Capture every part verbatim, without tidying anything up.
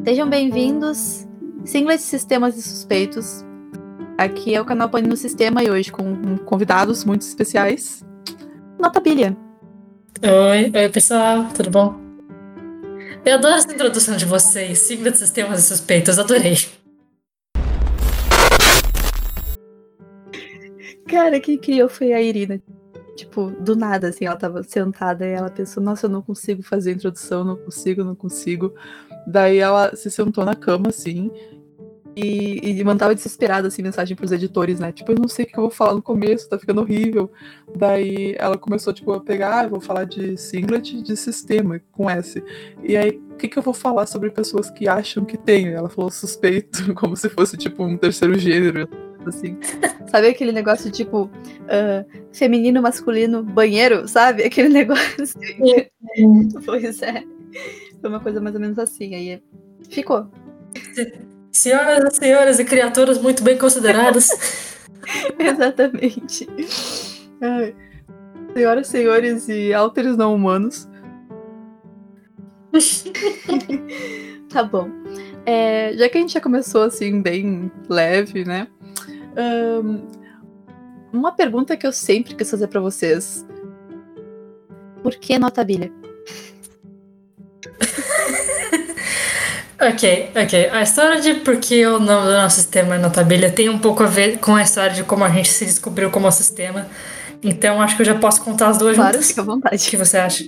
Sejam bem-vindos, Singlet Sistemas e Suspeitos. Aqui é o canal Pane no Sistema e hoje com convidados muito especiais. Notabilia. Oi, oi pessoal, tudo bom? Eu adoro essa introdução de vocês, Singlet Sistemas e Suspeitos, adorei. Cara, quem criou foi a Irina. Tipo, do nada, assim, ela tava sentada e ela pensou, nossa, eu não consigo fazer a introdução, não consigo, não consigo. Daí ela se sentou na cama, assim, e, e mandava desesperada, assim, mensagem pros editores, né? Tipo, eu não sei o que eu vou falar no começo, tá ficando horrível. Daí ela começou, tipo, a pegar, ah, eu vou falar de singlet de sistema, com S. E aí, o que que eu vou falar sobre pessoas que acham que tem? Ela falou suspeito, como se fosse, tipo, um terceiro gênero, assim. Sabe aquele negócio, tipo, uh, feminino, masculino, banheiro, sabe? Aquele negócio. Assim. Pois é. Foi uma coisa mais ou menos assim. Aí ficou. Senhoras e senhores e criaturas muito bem consideradas. Exatamente. Ai. Senhoras, senhores e alteres não humanos. Tá bom. É, já que a gente já começou assim, bem leve, né? Um, uma pergunta que eu sempre quis fazer pra vocês. Por que Notabilia? Ok, ok. A história de por que o nome do nosso sistema é Notabilia tem um pouco a ver com a história de como a gente se descobriu como sistema. Então acho que eu já posso contar as duas claro, juntas. Fica à vontade. O que você acha?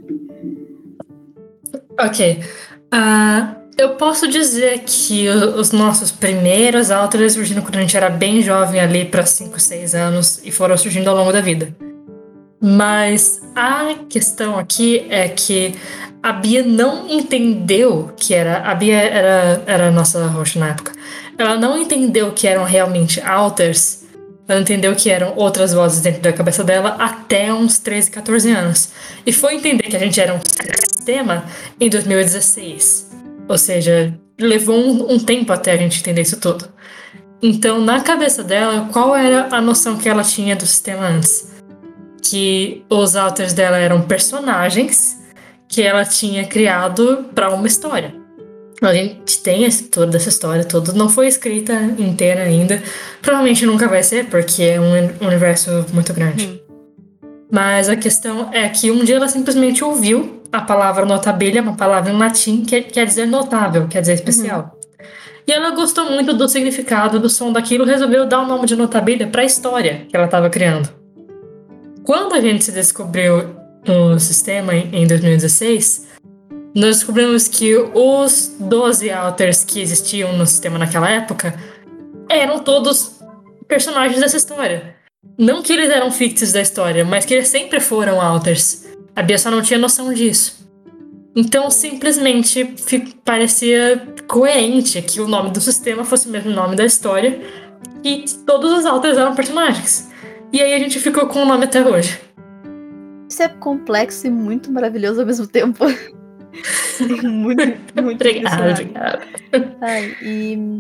Ok. Uh, eu posso dizer que os nossos primeiros autores surgiram quando a gente era bem jovem, ali para cinco, seis anos, e foram surgindo ao longo da vida. Mas a questão aqui é que a Bia não entendeu que era... A Bia era, era a nossa host na época. Ela não entendeu que eram realmente alters. Ela entendeu que eram outras vozes dentro da cabeça dela até uns treze, catorze anos. E foi entender que a gente era um sistema em dois mil e dezesseis. Ou seja, levou um, um tempo até a gente entender isso tudo. Então, na cabeça dela, qual era a noção que ela tinha do sistema antes? Que os alters dela eram personagens que ela tinha criado para uma história. A gente tem esse, toda essa história toda, não foi escrita inteira ainda, provavelmente nunca vai ser, porque é um universo muito grande. Hum. Mas a questão é que um dia ela simplesmente ouviu a palavra notabilia, uma palavra em latim que quer dizer notável, quer dizer especial. Uhum. E ela gostou muito do significado do som daquilo, resolveu dar o nome de notabilia para a história que ela estava criando. Quando a gente se descobriu no sistema em dois mil e dezesseis, nós descobrimos que os doze alters que existiam no sistema naquela época eram todos personagens dessa história. Não que eles eram fictícios da história, mas que eles sempre foram alters. A Bia só não tinha noção disso. Então, simplesmente parecia coerente que o nome do sistema fosse o mesmo nome da história e todos os alters eram personagens. E aí a gente ficou com o nome até hoje. Isso é complexo e muito maravilhoso ao mesmo tempo. muito, muito obrigada, obrigada. Ai, e...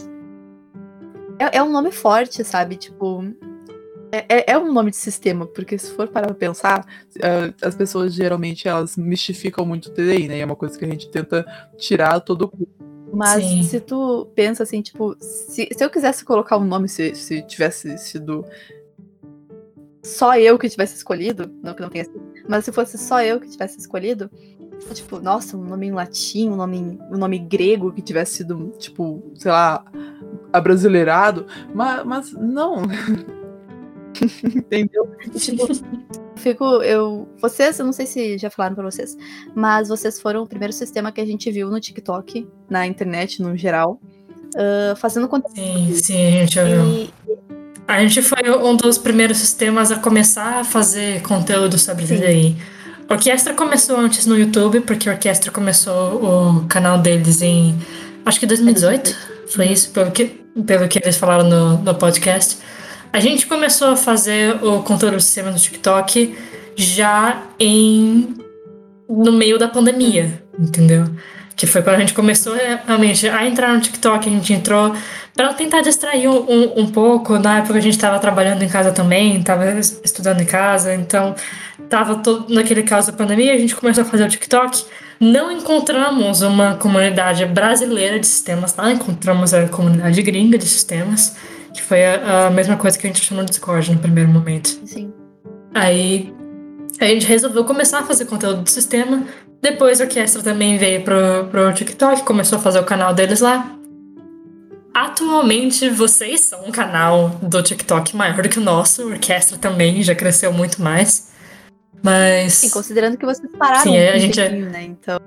É, é um nome forte, sabe? Tipo... É, é um nome de sistema, porque se for parar pra pensar, uh, as pessoas geralmente elas mistificam muito o T D I, né? É uma coisa que a gente tenta tirar todo o custo. Mas Sim. se tu pensa assim, tipo, se, se eu quisesse colocar um nome, se, se tivesse sido só eu que tivesse escolhido, não que não tenha sido, mas se fosse só eu que tivesse escolhido, tipo, nossa, um nome em latim, um nome, um nome grego que tivesse sido, tipo, sei lá, abrasileirado, mas, mas não. Entendeu? Tipo, fico, eu, vocês, eu não sei se já falaram pra vocês, mas vocês foram o primeiro sistema que a gente viu no TikTok, na internet, no geral, uh, fazendo conteúdo. Sim, sim, a gente ouviu. E... A gente foi um dos primeiros sistemas a começar a fazer conteúdo sobre T D I. A Orquestra começou antes no YouTube, porque a Orquestra começou o canal deles em, acho que dois mil e dezoito, foi isso, pelo que, pelo que eles falaram no, no podcast. A gente começou a fazer o conteúdo do sistema no TikTok já em no meio da pandemia, entendeu? Que foi quando a gente começou realmente a entrar no TikTok. A gente entrou para tentar distrair um, um, um pouco. Na época a gente estava trabalhando em casa também, estava estudando em casa, então estava todo naquele caos da pandemia. A gente começou a fazer o TikTok. Não encontramos uma comunidade brasileira de sistemas lá, encontramos a comunidade gringa de sistemas, que foi a, a mesma coisa que a gente achou no Discord no primeiro momento. Sim. Aí a gente resolveu começar a fazer conteúdo do sistema. Depois a Orquestra também veio pro, pro TikTok, começou a fazer o canal deles lá. Atualmente vocês são um canal do TikTok maior do que o nosso. A Orquestra também já cresceu muito mais. Mas... Sim, considerando que vocês pararam sim, um a gente tempinho, é... né? Então...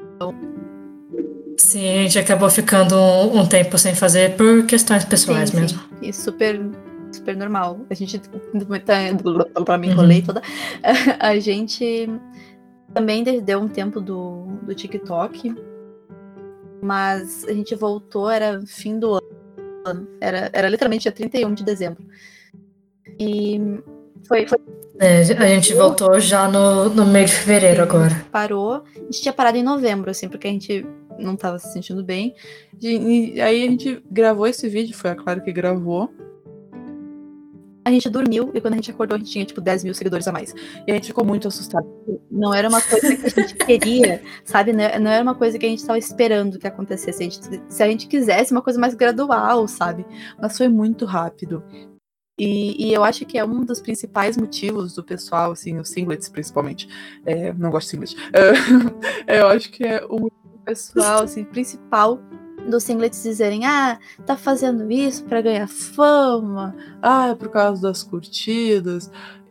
Sim, a gente acabou ficando um, um tempo sem fazer por questões pessoais sim, mesmo. Sim. E super, super normal. A gente pra mim enrolei uhum. toda. A gente também deu um tempo do, do TikTok, mas a gente voltou, era fim do ano. Era, era literalmente dia trinta e um de dezembro. E foi... foi... É, a gente voltou já no, no meio de fevereiro. Sim, agora. Parou. A gente tinha parado em novembro, assim, porque a gente não tava se sentindo bem. E, e aí a gente gravou esse vídeo, foi a Clara que gravou. A gente dormiu e quando a gente acordou a gente tinha tipo dez mil seguidores a mais. E a gente ficou muito assustado. Não era uma coisa que a gente queria, sabe? Não era uma coisa que a gente tava esperando que acontecesse. A gente, se a gente quisesse uma coisa mais gradual, sabe? Mas foi muito rápido. E, e eu acho que é um dos principais motivos do pessoal, assim, os singlets principalmente. É, não gosto de singlet. É, eu acho que é o pessoal, assim, principal dos singlets dizerem: ah, tá fazendo isso pra ganhar fama, ah, é por causa das curtidas.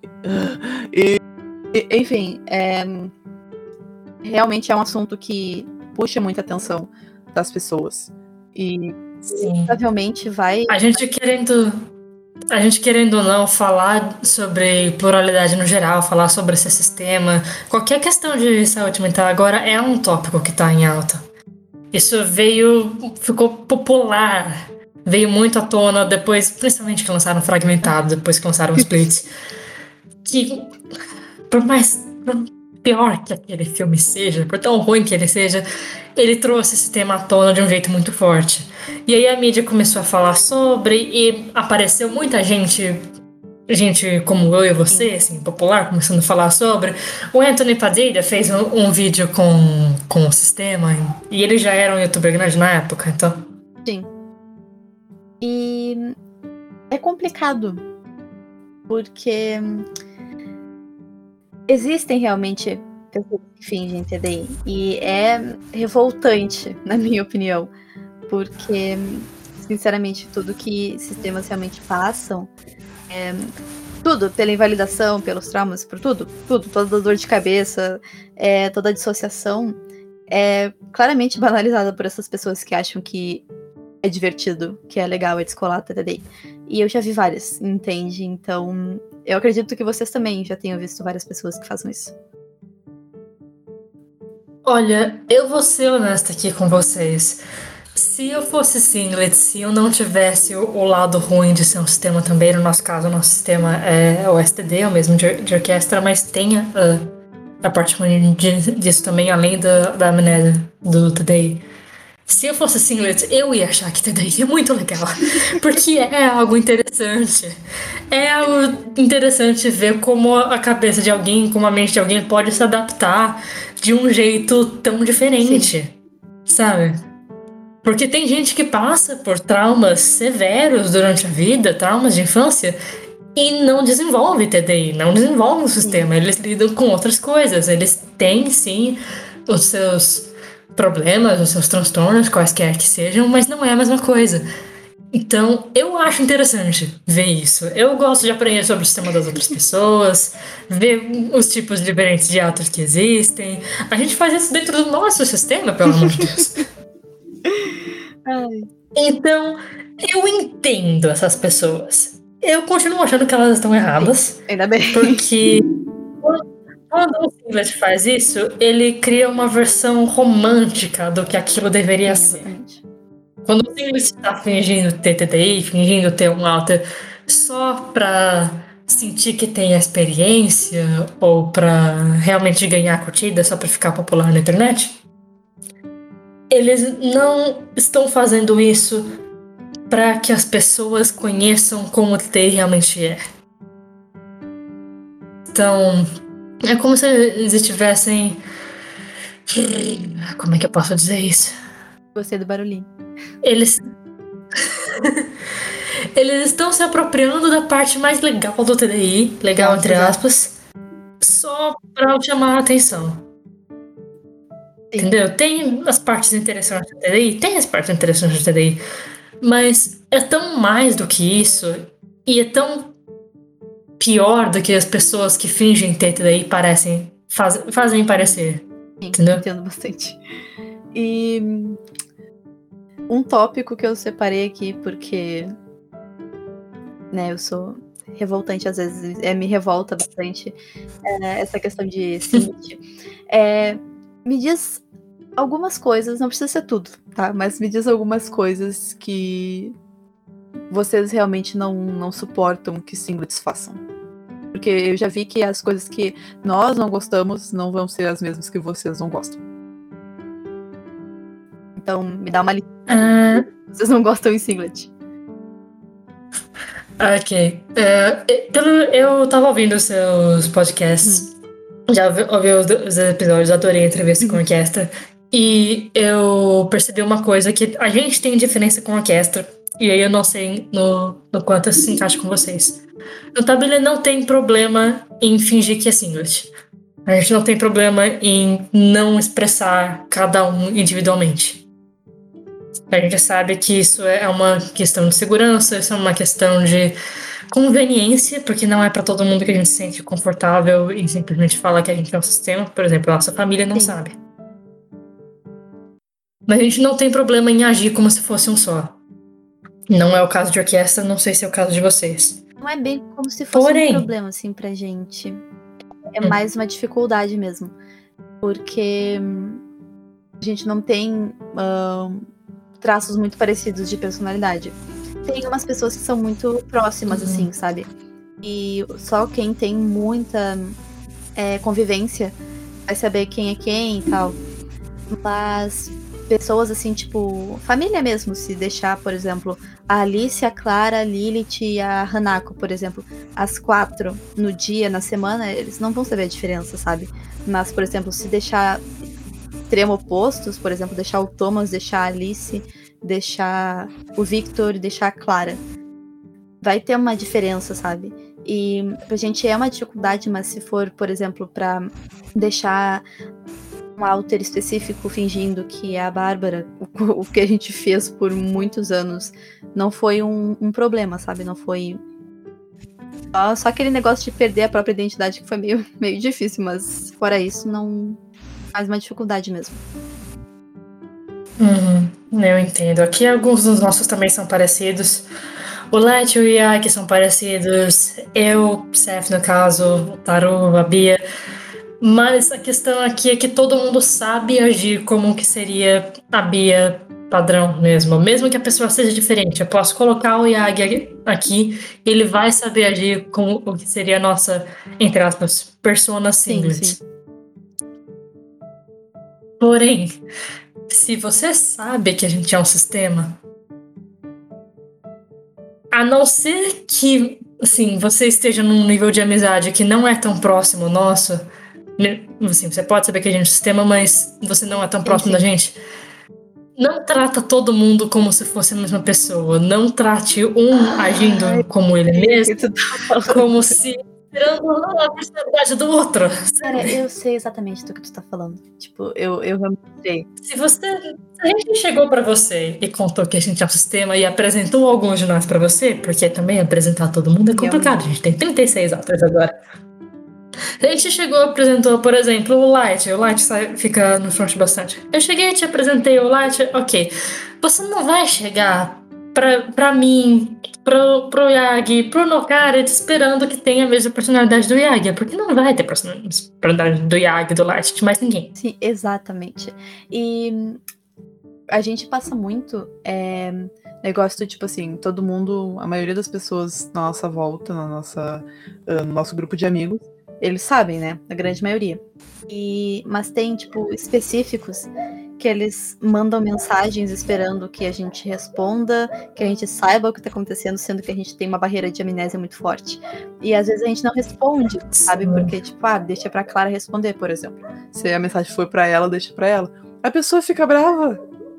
E, e, enfim, é, realmente é um assunto que puxa muita atenção das pessoas. E sim, provavelmente vai. A gente querendo. A gente querendo ou não falar sobre pluralidade no geral, falar sobre esse sistema, qualquer questão de saúde mental agora é um tópico que está em alta. Isso veio, ficou popular, veio muito à tona depois, principalmente que lançaram Fragmentado, depois que lançaram os Splits. Que, por mais por pior que aquele filme seja, por tão ruim que ele seja, ele trouxe esse tema à tona de um jeito muito forte. E aí a mídia começou a falar sobre e apareceu muita gente, gente como eu e você, assim, popular, começando a falar sobre. O Anthony Padilha fez um, um vídeo com, com o sistema e ele já era um youtuber grande na época, então... Sim. E é complicado, porque existem realmente pessoas que fingem T D I e é revoltante, na minha opinião. Porque, sinceramente, tudo que sistemas realmente passam, é, tudo, pela invalidação, pelos traumas, por tudo, tudo, toda dor de cabeça, é, toda a dissociação, é claramente banalizada por essas pessoas que acham que é divertido, que é legal, é descolar T D I. E eu já vi várias, entende? Então, eu acredito que vocês também já tenham visto várias pessoas que fazem isso. Olha, eu vou ser honesta aqui com vocês. Se eu fosse singlet, se eu não tivesse o, o lado ruim de ser um sistema também, no nosso caso, o nosso sistema é o S T D, é o mesmo de, de orquestra, mas tem a, a parte ruim de, disso também, além da, da amnésia do T D I. Se eu fosse singlet, eu ia achar que T D I é muito legal, porque é algo interessante. É algo interessante ver como a cabeça de alguém, como a mente de alguém pode se adaptar de um jeito tão diferente, Sim. sabe? Porque tem gente que passa por traumas severos durante a vida, traumas de infância, e não desenvolve T D I, não desenvolve o sistema. Eles lidam com outras coisas. Eles têm, sim, os seus problemas, os seus transtornos, quaisquer que sejam, mas não é a mesma coisa. Então, eu acho interessante ver isso. Eu gosto de aprender sobre o sistema das outras pessoas, ver os tipos diferentes de atos que existem. A gente faz isso dentro do nosso sistema, pelo amor de Deus. Ai. Então, eu entendo essas pessoas. Eu continuo achando que elas estão erradas. Sim, ainda bem. Porque quando o singlet faz isso, ele cria uma versão romântica do que aquilo deveria Sim, ser. exatamente. Quando o singlet está fingindo ter T D I, fingindo ter um alter só pra sentir que tem a experiência ou pra realmente ganhar curtida, só pra ficar popular na internet, eles não estão fazendo isso para que as pessoas conheçam como o T D I realmente é. Então, é como se eles estivessem... Como é que eu posso dizer isso? Gostei do barulhinho. Eles... Eles estão se apropriando da parte mais legal do T D I, legal entre aspas, só pra chamar a atenção. Sim. Entendeu? Tem as partes interessantes do T D I? Tem as partes interessantes do T D I. Mas é tão mais do que isso, e é tão pior do que as pessoas que fingem ter T D I parecem, faz, fazem parecer. Sim, entendeu? Entendo bastante. E um tópico que eu separei aqui, porque né, eu sou revoltante às vezes, é, me revolta bastante é, essa questão de Singlet. é, me diz algumas coisas, não precisa ser tudo, tá? Mas me diz algumas coisas que vocês realmente não, não suportam que singlets façam. Porque eu já vi que as coisas que nós não gostamos não vão ser as mesmas que vocês não gostam. Então, me dá uma lista. Uh... Vocês não gostam em singlet. Ok. Uh, eu tava ouvindo os seus podcasts. Hum. Já ouvi, ouvi os, os episódios, adorei a entrevista com a orquestra. E eu percebi uma coisa, que a gente tem diferença com a orquestra. E aí eu não sei no, no quanto isso se encaixa com vocês. No Tabile não tem problema em fingir que é singlet. A gente não tem problema em não expressar cada um individualmente. A gente sabe que isso é uma questão de segurança, isso é uma questão de conveniência, porque não é pra todo mundo que a gente se sente confortável e simplesmente fala que a gente é um sistema. Por exemplo, a nossa família não Sim. sabe. Mas a gente não tem problema em agir como se fosse um só. Não é o caso de orquestra, não sei se é o caso de vocês. Não é bem como se fosse Porém, um problema, assim, pra gente. É hum. mais uma dificuldade mesmo. Porque a gente não tem uh, traços muito parecidos de personalidade. Tem umas pessoas que são muito próximas, uhum. assim, sabe? E só quem tem muita é, convivência vai saber quem é quem e tal. Mas pessoas assim, tipo, família mesmo, se deixar, por exemplo, a Alice, a Clara, a Lilith e a Hanako, por exemplo, as quatro no dia, na semana, eles não vão saber a diferença, sabe? Mas, por exemplo, se deixar extremo opostos, por exemplo, deixar o Thomas, deixar a Alice, deixar o Victor, deixar a Clara, vai ter uma diferença, sabe? E pra gente é uma dificuldade, mas se for, por exemplo, pra deixar um alter específico fingindo que é a Bárbara, o, o que a gente fez por muitos anos não foi um, um problema, sabe? Não foi só, só aquele negócio de perder a própria identidade que foi meio, meio difícil, mas fora isso não faz uma dificuldade mesmo. Uhum, eu entendo. Aqui alguns dos nossos também são parecidos. O Light e o Yagi são parecidos. Eu, Seth no caso, o Taru, a Bia. Mas a questão aqui é que todo mundo sabe agir como que seria a Bia padrão mesmo. Mesmo que a pessoa seja diferente. Eu posso colocar o Yagi aqui e ele vai saber agir como o que seria a nossa, entre aspas, persona singlet. Sim, sim. Porém, se você sabe que a gente é um sistema, a não ser que assim, você esteja num nível de amizade que não é tão próximo nosso, assim, você pode saber que a gente é um sistema, mas você não é tão próximo sim, sim. da gente. Não trata todo mundo como se fosse a mesma pessoa. Não trate um ah, agindo como ele mesmo, como se esperando a personalidade do outro. Cara, eu sei exatamente do que tu tá falando. Tipo, eu, eu realmente sei. Se você. Se a gente chegou pra você e contou que a gente é um sistema e apresentou alguns de nós pra você, porque também apresentar todo mundo é complicado. A gente tem trinta e seis atores agora. A gente chegou e apresentou, por exemplo, o Light. O Light sai, fica no front bastante. Eu cheguei e te apresentei o Light, ok. Você não vai chegar pra, pra mim, pro, pro Yagi, pro Nokara, esperando que tenha a mesma personalidade do Yagi. Porque não vai ter personalidade do Yagi, do Light, de mais ninguém. Sim, exatamente. E a gente passa muito é, negócio do tipo assim, todo mundo, a maioria das pessoas na nossa volta, na nossa, uh, no nosso grupo de amigos, eles sabem, né? A grande maioria. E, mas tem, tipo, específicos que eles mandam mensagens esperando que a gente responda, que a gente saiba o que tá acontecendo, sendo que a gente tem uma barreira de amnésia muito forte. E às vezes a gente não responde, sabe? Porque, tipo, ah, deixa pra Clara responder, por exemplo. Se a mensagem for pra ela, deixa pra ela. A pessoa fica brava.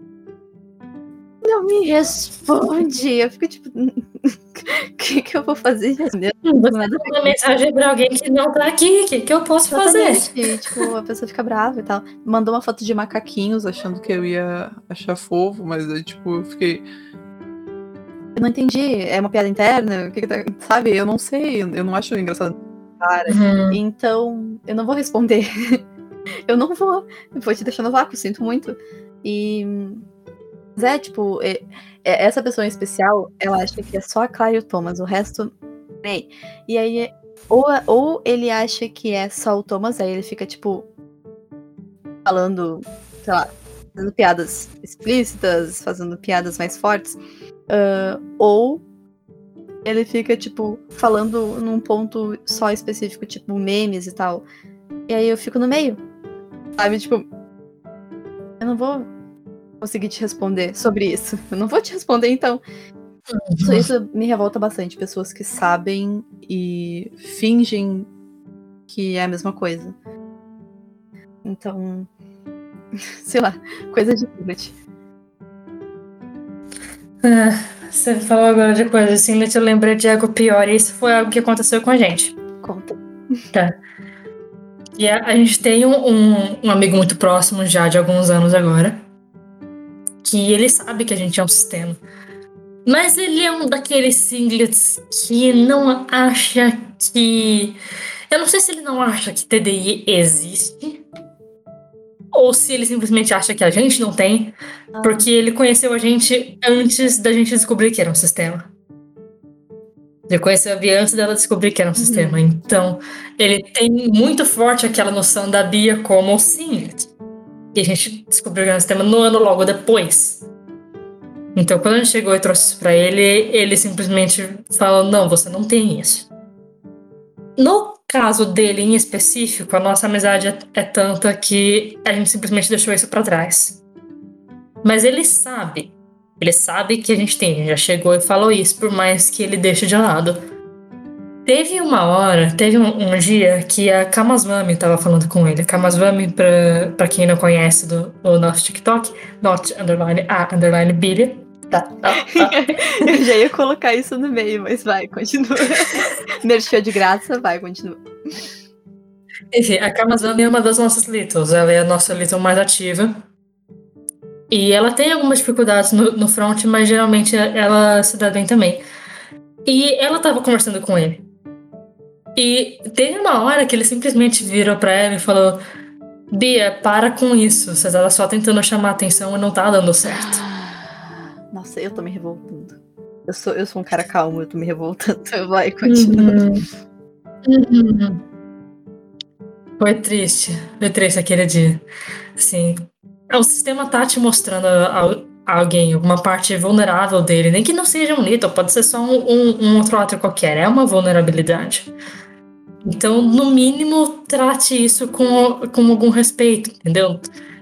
Não me responde. Eu fico tipo, o que, que eu vou fazer? Você manda mensagem pra alguém que não tá aqui, o que, que eu posso Exatamente. fazer? Tipo, a pessoa fica brava e tal. Mandou uma foto de macaquinhos achando que eu ia achar fofo, mas aí, tipo, eu fiquei. Eu não entendi. É uma piada interna? O que, que tá. Sabe? Eu não sei. Eu não acho engraçado. Cara. Uhum. Então, eu não vou responder. Eu não vou. Eu vou te deixar no vácuo, sinto muito. E. Mas é, tipo, é, é, essa pessoa em especial, ela acha que é só a Clara e o Thomas, o resto, nem. E aí, ou, ou ele acha que é só o Thomas, aí ele fica, tipo, falando, sei lá, fazendo piadas explícitas, fazendo piadas mais fortes, uh, ou ele fica, tipo, falando num ponto só específico, tipo, memes e tal. E aí eu fico no meio, sabe? Tipo, eu não vou conseguir te responder sobre isso. Eu não vou te responder, então. Isso, isso me revolta bastante. Pessoas que sabem e fingem que é a mesma coisa. Então, sei lá, coisa de Pilot. Ah, você falou agora de coisa assim, eu lembrei de algo pior. E isso foi algo que aconteceu com a gente. Conta. Tá. E a, a gente tem um, um, um amigo muito próximo já de alguns anos agora, que ele sabe que a gente é um sistema. Mas ele é um daqueles singlets que não acha que... Eu não sei se ele não acha que T D I existe, ou se ele simplesmente acha que a gente não tem, Ah. porque ele conheceu a gente antes da gente descobrir que era um sistema. Ele conheceu a Bia antes dela descobrir que era um Uhum. sistema. Então, ele tem muito forte aquela noção da Bia como singlet. E a gente descobriu que era um sistema no ano logo depois. Então, quando a gente chegou e trouxe isso pra ele, ele simplesmente falou, não, você não tem isso. No caso dele em específico, a nossa amizade é, é tanta que a gente simplesmente deixou isso pra trás. Mas ele sabe, ele sabe que a gente tem, a gente já chegou e falou isso, por mais que ele deixe de lado. Teve uma hora, teve um, um dia que a Kamaswami tava falando com ele. A Kamaswami, pra, pra quem não conhece do, do nosso TikTok, not underline a underline Billy. Tá, tá, tá. Eu já ia colocar isso no meio, mas vai, continua. Merchan de graça, vai, continua. Enfim, a Kamaswami é uma das nossas Littles. Ela é a nossa Little mais ativa. E ela tem algumas dificuldades no, no front, mas geralmente ela se dá bem também. E ela tava conversando com ele. E teve uma hora que ele simplesmente virou pra ela e falou: Bia, para com isso. Você tá só tentando chamar atenção e não tá dando certo. Nossa, eu tô me revoltando. Eu sou, eu sou um cara calmo, eu tô me revoltando. Vai, continua. Uhum. Uhum. Foi triste. Foi triste aquele dia. Assim, o sistema tá te mostrando a, a alguém, alguma parte vulnerável dele. Nem que não seja um Little, pode ser só um, um, um outro ato qualquer. É uma vulnerabilidade. Então, no mínimo, trate isso com, com algum respeito, entendeu?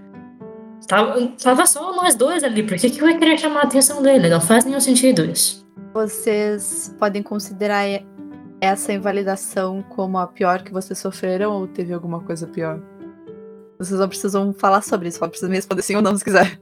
Tava, tava só nós dois ali, por que, que eu ia querer chamar a atenção dele? Não faz nenhum sentido isso. Vocês podem considerar essa invalidação como a pior que vocês sofreram ou teve alguma coisa pior? Vocês não precisam falar sobre isso, só precisam me responder sim ou não se quiser.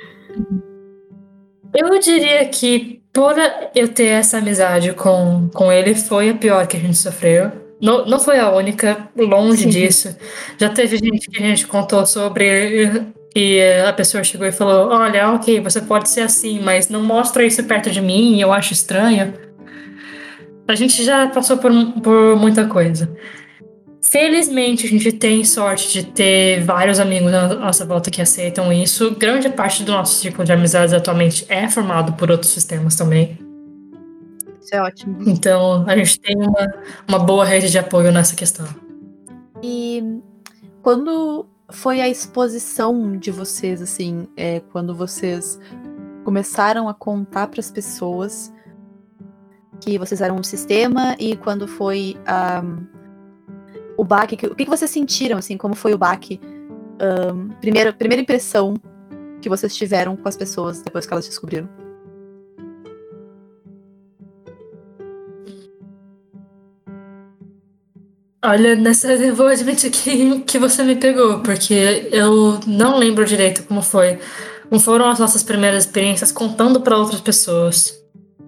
Eu diria que por eu ter essa amizade com, com ele, foi a pior que a gente sofreu. Não, não foi a única, longe Sim. disso. Já teve gente que a gente contou sobre e a pessoa chegou e falou: olha, ok, você pode ser assim, mas não mostra isso perto de mim, eu acho estranho. A gente já passou por, por muita coisa. Felizmente, a gente tem sorte de ter vários amigos na nossa volta que aceitam isso. Grande parte do nosso ciclo de amizades atualmente é formado por outros sistemas também. Isso é ótimo. Então, a gente tem uma, uma boa rede de apoio nessa questão. E quando foi a exposição de vocês, assim, é, quando vocês começaram a contar para as pessoas que vocês eram um sistema e quando foi um, o baque, que, o que vocês sentiram, assim, como foi o baque? Um, primeira, primeira impressão que vocês tiveram com as pessoas depois que elas descobriram? Olha, nessa eu vou admitir que, que você me pegou, porque eu não lembro direito como foi. Como foram as nossas primeiras experiências contando para outras pessoas.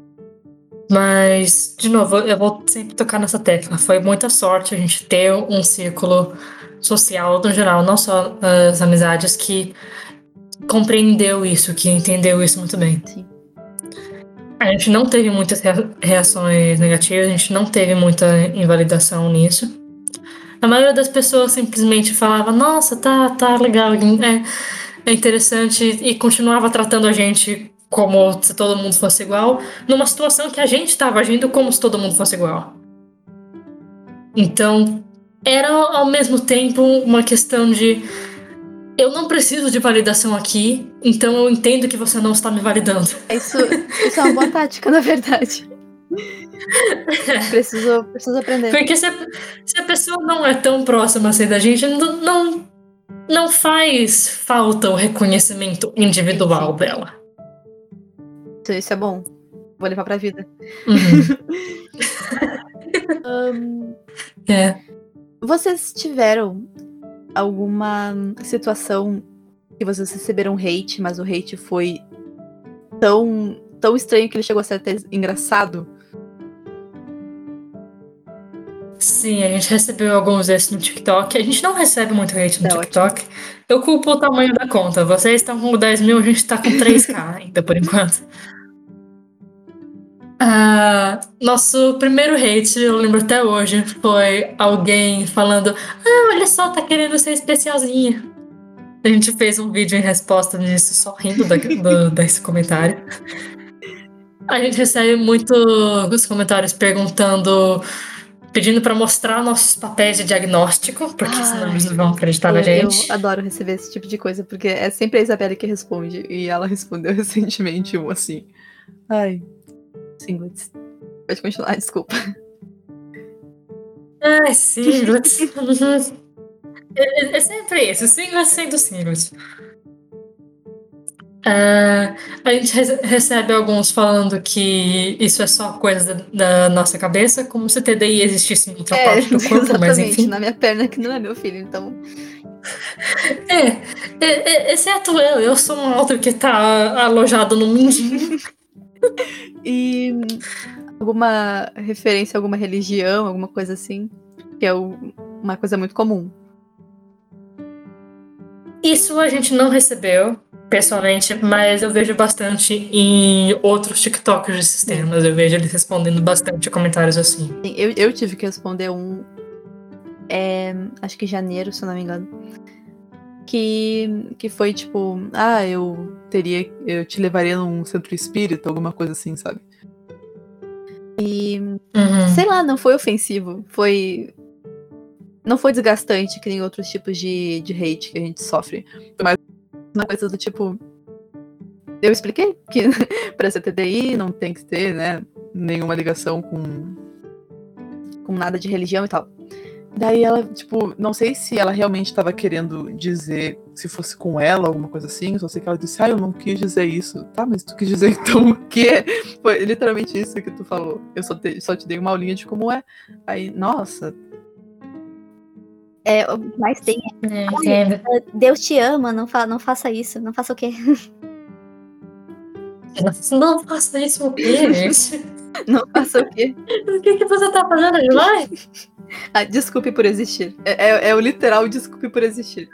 Mas, de novo, eu vou sempre tocar nessa tecla. Foi muita sorte a gente ter um círculo social, no geral, não só as amizades, que compreendeu isso, que entendeu isso muito bem. Sim. A gente não teve muitas reações negativas, a gente não teve muita invalidação nisso. A maioria das pessoas simplesmente falava, nossa, tá, tá legal, é, é interessante, e continuava tratando a gente como se todo mundo fosse igual, numa situação que a gente estava agindo como se todo mundo fosse igual. Então, era ao mesmo tempo uma questão de eu não preciso de validação aqui, então eu entendo que você não está me validando. Isso, isso é uma boa tática, na verdade. Preciso, preciso aprender. Porque se a, se a pessoa não é tão próxima assim da gente, não, não, não faz falta o reconhecimento individual Sim. dela. Isso é bom. Vou levar pra vida. Uhum. um, é. Vocês tiveram alguma situação que vocês receberam hate, mas o hate foi tão, tão estranho que ele chegou a ser até engraçado? Sim, a gente recebeu alguns desses no TikTok. A gente não recebe muito hate no É TikTok. Ótimo. Eu culpo o tamanho da conta. Vocês estão com dez mil, a gente tá com três K ainda, por enquanto. Uh, nosso primeiro hate, eu lembro até hoje, foi alguém falando: ah, olha só, tá querendo ser especialzinha. A gente fez um vídeo em resposta disso, só rindo da, do, desse comentário. A gente recebe muitos comentários perguntando, pedindo pra mostrar nossos papéis de diagnóstico, porque Ai, senão eles não vão acreditar eu, na gente. Eu adoro receber esse tipo de coisa, porque é sempre a Isabelle que responde, e ela respondeu recentemente um assim. Ai, singlets. Pode continuar, desculpa. Ai, singlets. é, é sempre isso, singlets sendo singlets. Uh, a gente re- recebe alguns falando que isso é só coisa da, da nossa cabeça, como se T D I existisse em outra é, parte do corpo, exatamente, mas enfim. Na minha perna, que não é meu filho, então... É, é, é exceto eu, eu sou um outro que tá alojado no mindinho. E alguma referência a alguma religião, alguma coisa assim, que é o, uma coisa muito comum. Isso a gente não recebeu, pessoalmente, mas eu vejo bastante em outros TikTokers de sistemas. Sim. Eu vejo eles respondendo bastante comentários assim. Eu, eu tive que responder um, é, acho que em janeiro, se eu não me engano, que, que foi tipo, ah, eu teria, eu te levaria num centro espírita, alguma coisa assim, sabe? E, uhum. sei lá, não foi ofensivo, foi... Não foi desgastante, que nem outros tipos de, de hate que a gente sofre. Foi mais uma coisa do tipo... Eu expliquei que pra ser T D I não tem que ter, né, nenhuma ligação com, com nada de religião e tal. Daí ela, tipo, não sei se ela realmente estava querendo dizer se fosse com ela, alguma coisa assim, só sei que ela disse, ah, eu não quis dizer isso. Tá, mas tu quis dizer então o quê? Foi literalmente isso que tu falou. Eu só te, só te dei uma aulinha de como é. Aí, nossa... É, mas tem. É, Deus te ama, não, fa não faça isso. Não faça o quê? Não faça isso o quê, gente? Não faça o quê? O que, que você tá fazendo demais? Ah, desculpe por existir. É, é, é o literal desculpe por existir.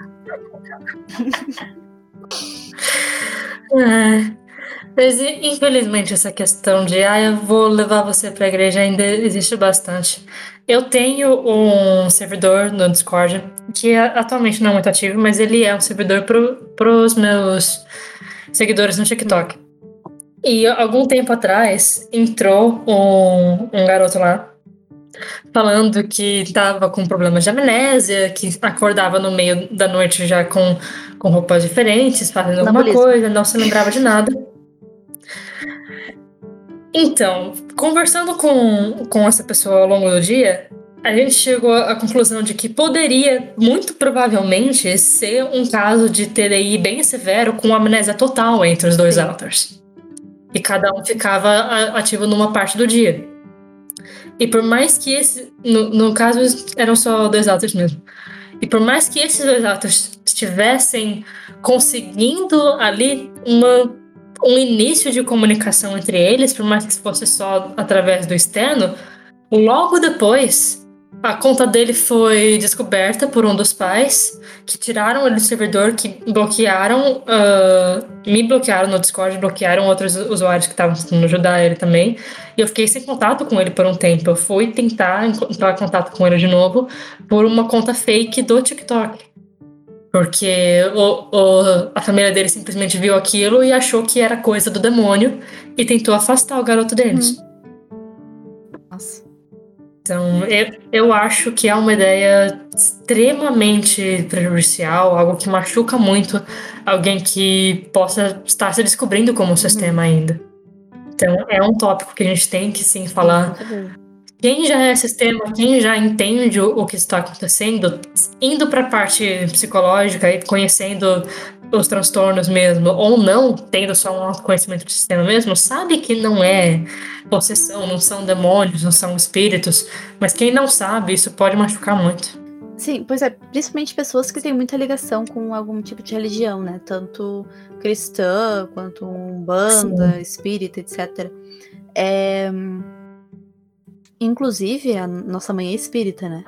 É. Mas, infelizmente, essa questão de ah, eu vou levar você pra igreja ainda existe bastante. Eu tenho um servidor no Discord, que atualmente não é muito ativo, mas ele é um servidor pro, pros meus seguidores no TikTok. E algum tempo atrás, entrou um, um garoto lá, falando que tava com problemas de amnésia, que acordava no meio da noite já com, com roupas diferentes, fazendo alguma coisa, não se lembrava de nada. Então, conversando com, com essa pessoa ao longo do dia, a gente chegou à conclusão de que poderia, muito provavelmente, ser um caso de T D I bem severo com amnésia total entre os dois Sim. Alters. E cada um ficava a- ativo numa parte do dia. E por mais que esse... No, no caso, eram só dois Alters mesmo. E por mais que esses dois Alters estivessem conseguindo ali uma, um início de comunicação entre eles, por mais que fosse só através do externo, logo depois, a conta dele foi descoberta por um dos pais, que tiraram ele do servidor, que bloquearam, uh, me bloquearam no Discord, bloquearam outros usuários que estavam tentando ajudar ele também. E eu fiquei sem contato com ele por um tempo. Eu fui tentar entrar em contato com ele de novo por uma conta fake do TikTok. Porque o, o, a família dele simplesmente viu aquilo e achou que era coisa do demônio e tentou afastar o garoto deles. Hum. Nossa. Então, eu, eu acho que é uma ideia extremamente prejudicial, algo que machuca muito alguém que possa estar se descobrindo como sistema ainda. Então, é um tópico que a gente tem que sim falar. Quem já é sistema, quem já entende o, o que está acontecendo, indo para a parte psicológica e conhecendo os transtornos mesmo, ou não, tendo só um autoconhecimento do sistema mesmo, sabe que não é possessão, não são demônios, não são espíritos, mas quem não sabe, isso pode machucar muito. Sim, pois é, principalmente pessoas que têm muita ligação com algum tipo de religião, né? Tanto cristã, quanto umbanda, Sim. espírita, etcétera. É... Inclusive, a nossa mãe é espírita, né?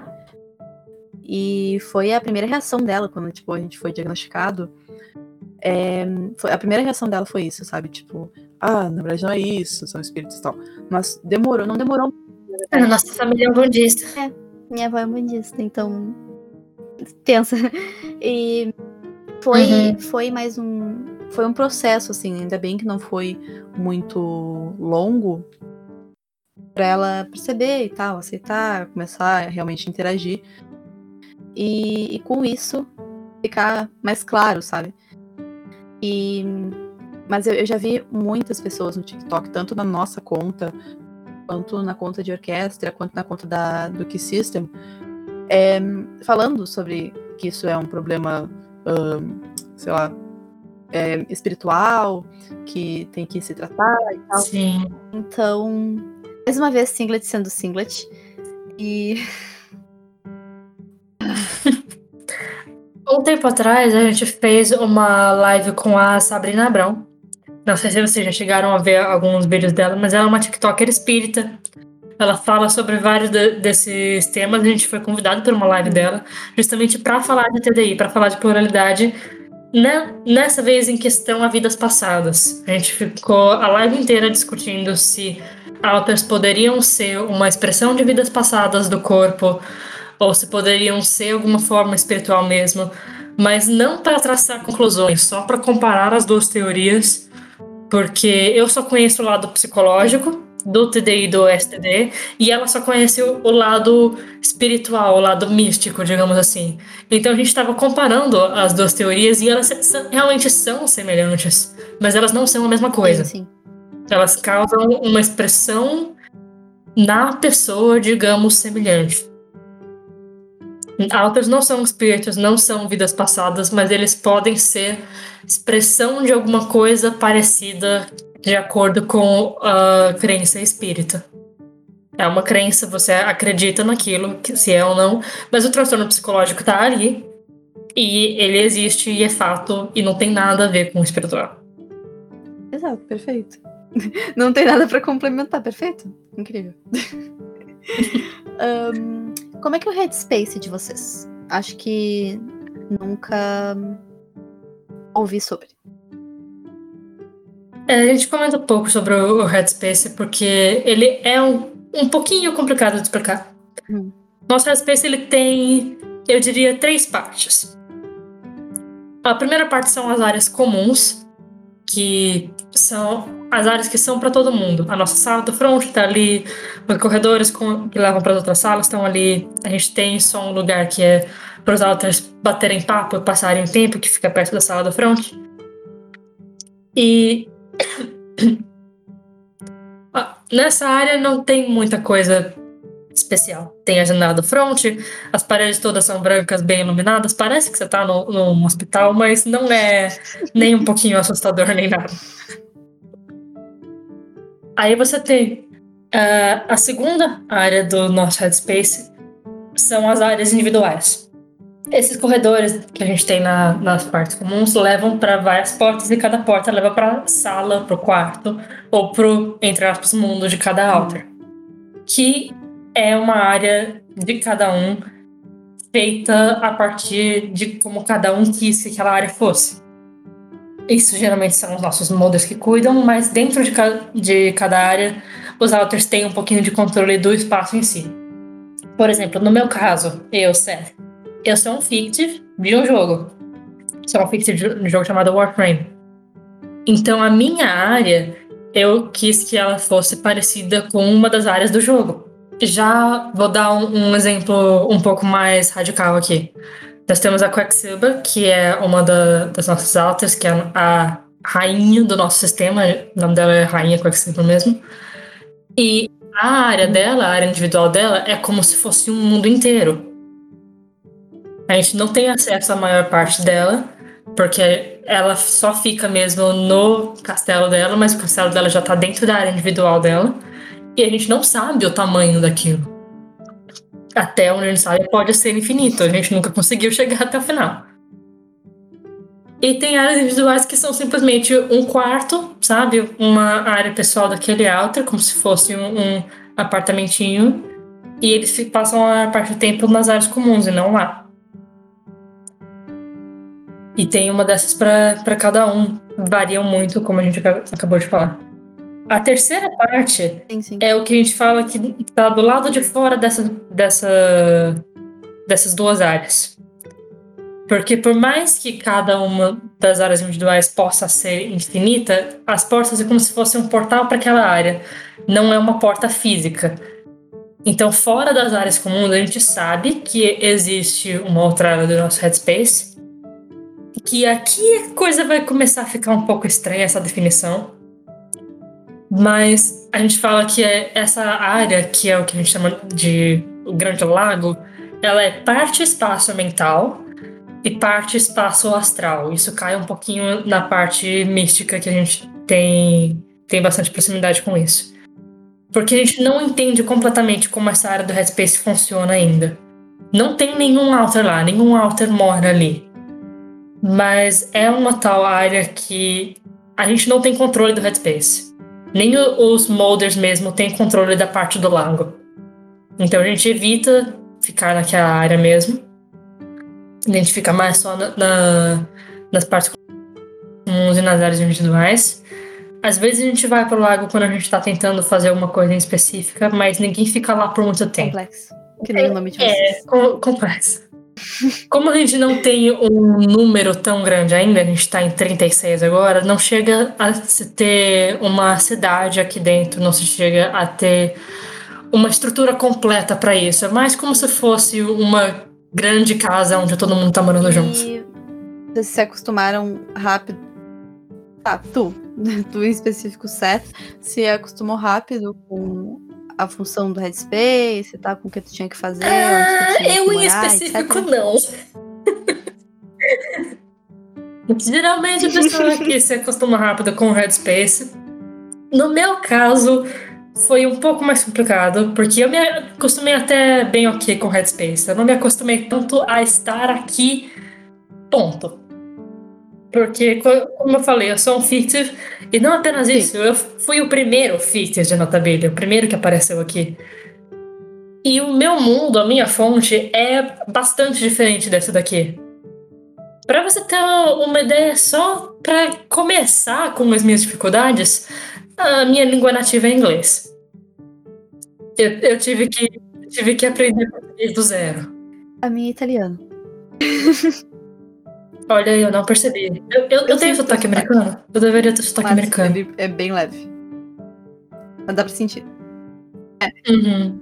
E foi a primeira reação dela quando, tipo, a gente foi diagnosticado. É... Foi... A primeira reação dela foi isso, sabe? Tipo, ah, na verdade não é isso, são espíritos e tal. Mas demorou, não demorou. A nossa família é um budista. É, minha avó é budista, então... Pensa. E foi, Uhum. foi mais um... Foi um processo, assim, ainda bem que não foi muito longo pra ela perceber e tal, aceitar, começar a realmente interagir. E, e com isso, ficar mais claro, sabe? E... Mas eu, eu já vi muitas pessoas no TikTok, tanto na nossa conta, quanto na conta de orquestra, quanto na conta da, do Key System, é, falando sobre que isso é um problema, um, sei lá, é, espiritual, que tem que se tratar e tal. Sim. Então, mais uma vez, Singlet sendo Singlet. E... Um tempo atrás, a gente fez uma live com a Sabrina Abrão. Não sei se vocês já chegaram a ver alguns vídeos dela, mas ela é uma TikToker espírita. Ela fala sobre vários de, desses temas. A gente foi convidado para uma live dela, justamente para falar de T D I, para falar de pluralidade. Né? Nessa vez em questão a vidas passadas. A gente ficou a live inteira discutindo se alters poderiam ser uma expressão de vidas passadas do corpo, ou se poderiam ser alguma forma espiritual mesmo, mas não para traçar conclusões, só para comparar as duas teorias, porque eu só conheço o lado psicológico do T D I e do S T D, e ela só conhece o, o lado espiritual, o lado místico, digamos assim. Então a gente estava comparando as duas teorias e elas realmente são semelhantes, mas elas não são a mesma coisa. Sim, sim. Elas causam uma expressão na pessoa, digamos, semelhante. Alters não são espíritos, não são vidas passadas, mas eles podem ser expressão de alguma coisa parecida de acordo com a crença espírita. É uma crença, você acredita naquilo, se é ou não, mas o transtorno psicológico tá ali, e ele existe e é fato, e não tem nada a ver com o espiritual. Exato, perfeito. Não tem nada pra complementar, perfeito? Incrível. um, como é que é o headspace de vocês? Acho que nunca ouvi sobre. É, a gente comenta um pouco sobre o Headspace, porque ele é um, um pouquinho complicado de explicar. Hum. Nosso Headspace ele tem, eu diria, três partes. A primeira parte são as áreas comuns, que são as áreas que são para todo mundo. A nossa sala do front está ali, os corredores com, que levam para as outras salas estão ali. A gente tem só um lugar que é para os alters baterem papo e passarem tempo, que fica perto da sala do front. E nessa área não tem muita coisa especial. Tem a janela do front, as paredes todas são brancas, bem iluminadas. Parece que você tá no, num hospital, mas não é nem um pouquinho assustador, nem nada. Aí você tem uh, a segunda área do nosso Headspace, são as áreas individuais. Esses corredores que a gente tem na, nas partes comuns levam para várias portas e cada porta leva para sala, para o quarto ou para o, entre aspas, mundo de cada altar. Que é uma área de cada um feita a partir de como cada um quis que aquela área fosse. Isso geralmente são os nossos modders que cuidam, mas dentro de, ca- de cada área os alters têm um pouquinho de controle do espaço em si. Por exemplo, no meu caso, eu, Seth, eu sou um fictive de um jogo. Sou um fictive de um jogo chamado Warframe. Então a minha área, eu quis que ela fosse parecida com uma das áreas do jogo. Já vou dar um, um exemplo um pouco mais radical aqui. Nós temos a Quacksilver, que é uma da, das nossas alters, que é a rainha do nosso sistema. O nome dela é Rainha Quacksilver mesmo. E a área dela, a área individual dela, é como se fosse um mundo inteiro. A gente não tem acesso à maior parte dela, porque ela só fica mesmo no castelo dela, mas o castelo dela já tá dentro da área individual dela. E a gente não sabe o tamanho daquilo. Até onde a gente sabe pode ser infinito. A gente nunca conseguiu chegar até o final. E tem áreas individuais que são simplesmente um quarto, sabe? Uma área pessoal daquele altar, como se fosse um, um apartamentinho. E eles passam a parte do tempo nas áreas comuns e não lá. E tem uma dessas para cada um. Variam muito, como a gente acabou de falar. A terceira parte sim, sim. é o que a gente fala que está do lado de fora dessa, dessa, dessas duas áreas. Porque por mais que cada uma das áreas individuais possa ser infinita, as portas é como se fosse um portal para aquela área. Não é uma porta física. Então, fora das áreas comuns, a gente sabe que existe uma outra área do nosso Headspace. Que aqui a coisa vai começar a ficar um pouco estranha, essa definição. Mas a gente fala que é essa área, que é o que a gente chama de o Grande Lago, ela é parte espaço mental e parte espaço astral. Isso cai um pouquinho na parte mística, que a gente tem, tem bastante proximidade com isso. Porque a gente não entende completamente como essa área do Headspace funciona ainda. Não tem nenhum altar lá, nenhum altar mora ali. Mas é uma tal área que a gente não tem controle do Headspace. Nem os modders mesmo têm controle da parte do lago. Então a gente evita ficar naquela área mesmo. A gente fica mais só na, na, nas partes comuns e nas áreas individuais. Às vezes a gente vai pro lago quando a gente tá tentando fazer uma coisa em específica, mas ninguém fica lá por muito tempo. Complexo. Que nem o nome de vocês. É, com, complexo. Como a gente não tem um número tão grande ainda, a gente tá em trinta e seis agora, não chega a se ter uma cidade aqui dentro, não se chega a ter uma estrutura completa pra isso. É mais como se fosse uma grande casa onde todo mundo tá morando E junto. vocês se acostumaram rápido. Ah, tu, tu em específico, Seth, se acostumou rápido com a função do Headspace, tá? Com o que tu tinha que fazer, onde tu tinha que Eu morar, em específico etcétera. não. Geralmente a pessoa que se acostuma rápido com o Headspace. No meu caso, foi um pouco mais complicado, porque eu me acostumei até bem ok com o Headspace. Eu não me acostumei tanto a estar aqui, ponto. Porque, como eu falei, eu sou um fictive, e não apenas Sim. isso, eu fui o primeiro fictive de Notability, o primeiro que apareceu aqui. E o meu mundo, a minha fonte, é bastante diferente dessa daqui. Pra você ter uma ideia, só pra começar com as minhas dificuldades, a minha língua nativa é inglês. Eu, eu tive, que, tive que aprender português do zero. A minha é italiano. Olha, eu não percebi. Eu, eu, eu, Eu tenho sinto sotaque teu sotaque. americano? Eu deveria ter sotaque Mas americano. ele é bem leve. Mas dá pra sentir. Uhum.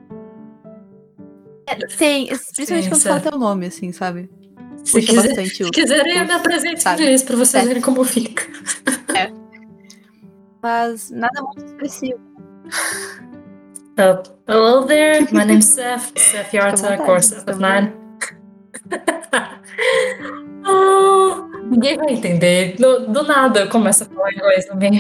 É, tem, principalmente Sim, quando certo. fala teu nome, assim, sabe? Se, Puxa quiser, bastante se o- quiserem, eu o- me apresento sabe? inglês pra vocês É. verem como fica. Mas nada muito expressivo. Uh, hello there, my name's Seth, Seth Fica à Yarta, vontade, core Seth of estamos Nine. Ah, ninguém vai entender. Do, do nada eu começo a falar inglês também.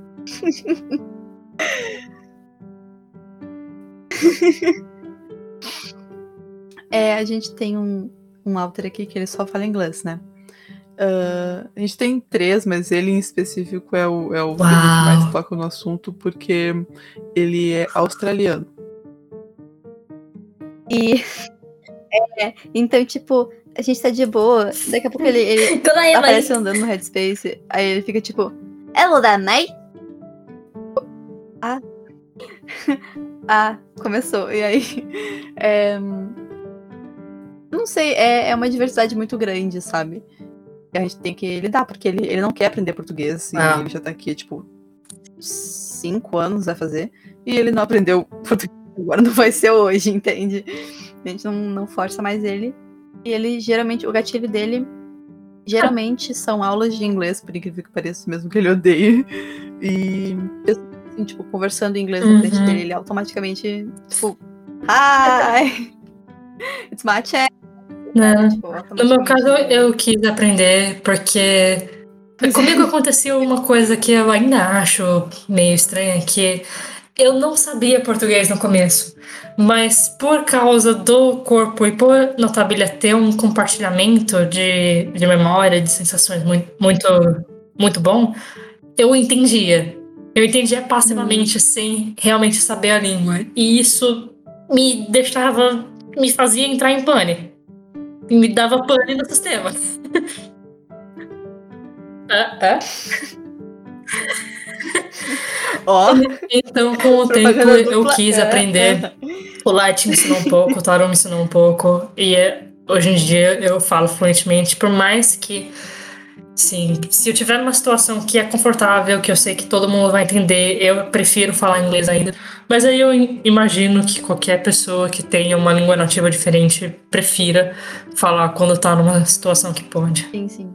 É, a gente tem um, um autor aqui que ele só fala inglês, né? Uh, a gente tem três, mas ele em específico é o, é o que a gente mais Uau. toca no assunto, porque ele é australiano. E é, então, tipo, a gente tá de boa, daqui a pouco ele, ele Good night, aparece mate. andando no Headspace, aí ele fica tipo, hello there, mate. Ah. Ah, começou. E aí, é, não sei, é, é uma diversidade muito grande, sabe? Que a gente tem que lidar, porque ele, ele não quer aprender português, e Ah. ele já tá aqui, tipo, cinco anos a fazer, e ele não aprendeu português, agora não vai ser hoje, entende? A gente não, não força mais ele. E ele, geralmente, o gatilho dele, geralmente, são aulas de inglês, por incrível que pareça, mesmo que ele odeie. E, assim, tipo, conversando em inglês na frente Uhum. dele, ele automaticamente, tipo, hi, it's my chance. Né? Tipo, No meu caso, automaticamente. eu quis aprender porque comigo aconteceu uma coisa que eu ainda acho meio estranha, que eu não sabia português no começo, mas por causa do corpo e por Notabilia ter um compartilhamento de, de memória, de sensações muito, muito, muito bom, eu entendia. Eu entendia passivamente, sem realmente saber a língua. E isso me deixava, me fazia entrar em pane. E me dava pane no sistema. Ah, ah. Ó, Então, com o tempo, propaganda eu dupla. quis É, aprender. aham. O Light me ensinou um pouco, o Taro me ensinou um pouco. E é, hoje em dia eu falo fluentemente, por mais que, sim, se eu tiver numa situação que é confortável, que eu sei que todo mundo vai entender, eu prefiro falar inglês ainda. Mas aí eu im- imagino que qualquer pessoa que tenha uma língua nativa diferente prefira falar quando tá numa situação que pode. Sim, sim.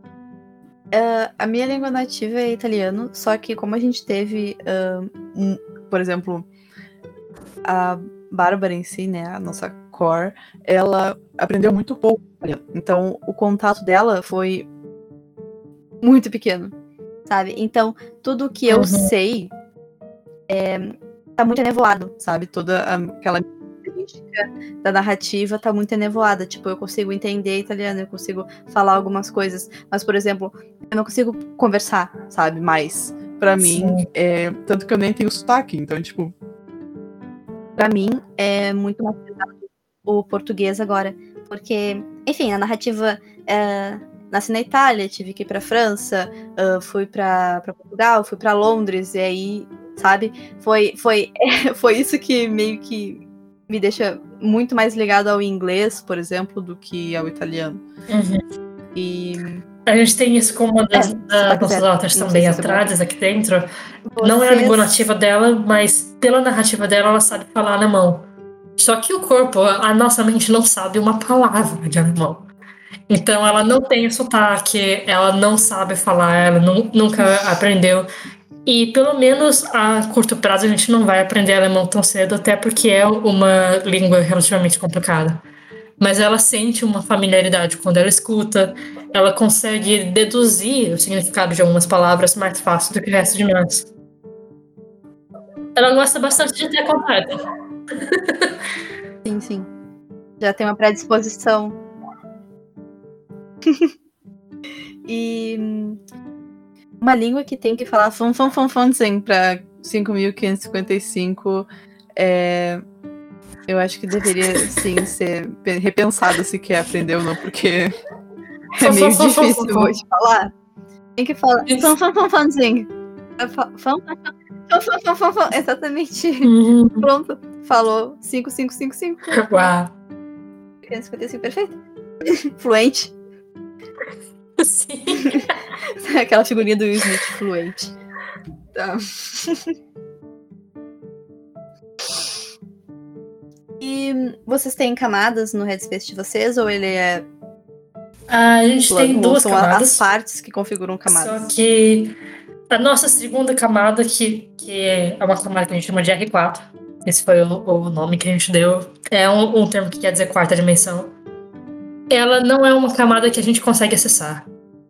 Uh, a minha língua nativa é italiano, só que como a gente teve, uh, um, por exemplo, a Bárbara em si, né, a nossa core, ela aprendeu muito pouco italiano. Então, o contato dela foi muito pequeno, sabe? Então, tudo que eu Uhum. sei é, tá muito enevoado, sabe? Toda a- aquela característica da narrativa tá muito enevoada. Tipo, eu consigo entender italiano, eu consigo falar algumas coisas, mas, por exemplo, eu não consigo conversar, sabe? Mais. Pra mim, Sim. é, tanto que eu nem tenho sotaque, então, tipo, pra mim é muito mais pesado o português agora, porque, enfim, a narrativa é, nasci na Itália, tive que ir pra França, uh, fui pra, pra Portugal, fui pra Londres, e aí, sabe, foi, foi, foi isso que meio que me deixa muito mais ligado ao inglês, por exemplo, do que ao italiano. Uhum. E A gente tem isso como uma das, É, das sotaque nossas zero. authors Não sei também se isso é bom. atrás, aqui dentro. Não é a língua Vocês- nativa dela, mas pela narrativa dela, ela sabe falar alemão. Só que o corpo, a nossa mente não sabe uma palavra de alemão. Então ela não tem sotaque, ela não sabe falar, ela nu- nunca aprendeu. E pelo menos a curto prazo a gente não vai aprender alemão tão cedo, até porque é uma língua relativamente complicada. Mas ela sente uma familiaridade quando ela escuta, ela consegue deduzir o significado de algumas palavras mais fácil do que o resto de nós. Ela gosta bastante de ter contato. Sim, sim. Já tem uma predisposição. E hum, uma língua que tem que falar fun fun fun fun sim, pra cinco mil quinhentos e cinquenta e cinco é, eu acho que deveria sim ser pe- repensado se quer aprender ou não, porque é meio difícil, vou te falar. Tem que falar fun fun fun fun sim. Fun fun fun fun fun fun fun. Exatamente. Uhum. Pronto. Falou cinco cinco cinco cinco. Uau. quinhentos e cinquenta e cinco, perfeito. Fluente. Sim. Aquela figurinha do Will Smith, fluente. Tá. E vocês têm camadas no Headspace de vocês, ou ele é A gente tem plano? duas Ou são camadas. as partes que configuram camadas? Só que a nossa segunda camada, que, que é uma camada que a gente chama de R quatro, esse foi o, o nome que a gente deu. É um, um termo que quer dizer quarta dimensão. Ela não é uma camada que a gente consegue acessar.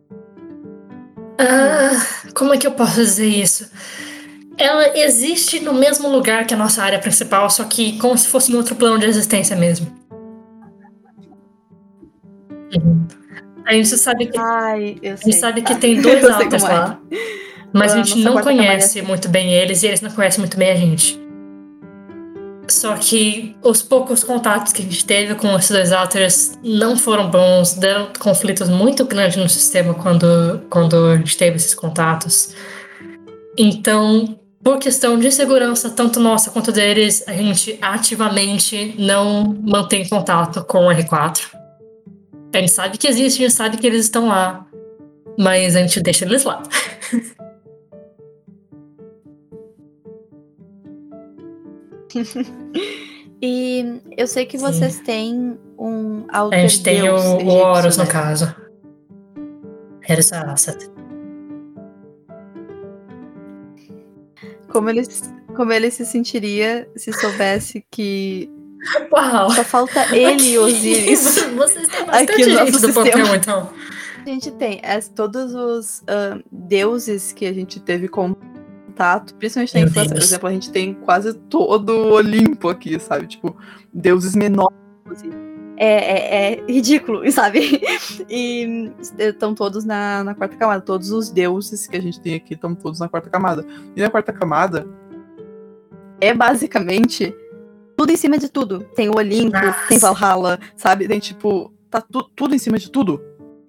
Ah, como é que eu posso dizer isso? Ela existe no mesmo lugar que a nossa área principal, só que como se fosse em outro plano de existência mesmo. Uhum. A gente sabe que, Ai, eu a sei. gente sabe que Tá. tem dois Eu sei alters como é. lá, mas a A gente nossa não quarta camada é conhece assim. muito bem eles e eles não conhecem muito bem a gente. Só que os poucos contatos que a gente teve com esses dois alters não foram bons, deram conflitos muito grandes no sistema quando, quando a gente teve esses contatos. Então, por questão de segurança, tanto nossa quanto deles, a gente ativamente não mantém contato com o R quatro. A gente sabe que existe, a gente sabe que eles estão lá, mas a gente deixa eles lá. E eu sei que Sim. vocês têm um A alter gente tem deus o, o egípcio, Horus, né? no caso. Horus Assad. Como ele, como ele se sentiria se soubesse que Uau! só falta ele Aqui, e Osíris vocês têm bastante aqui no gente nosso do sistema. Panteão, então. A gente tem as, todos os ah, deuses que a gente teve contato, principalmente na Meu infância, Deus. por exemplo, a gente tem quase todo o Olimpo aqui, sabe? Tipo, deuses menores. assim. É, é, é ridículo, sabe? E estão todos na, na quarta camada. Todos os deuses que a gente tem aqui estão todos na quarta camada. E na quarta camada é basicamente tudo em cima de tudo. Tem o Olimpo, Nossa. tem Valhalla, sabe? Tem tipo, tá tu, tudo em cima de tudo.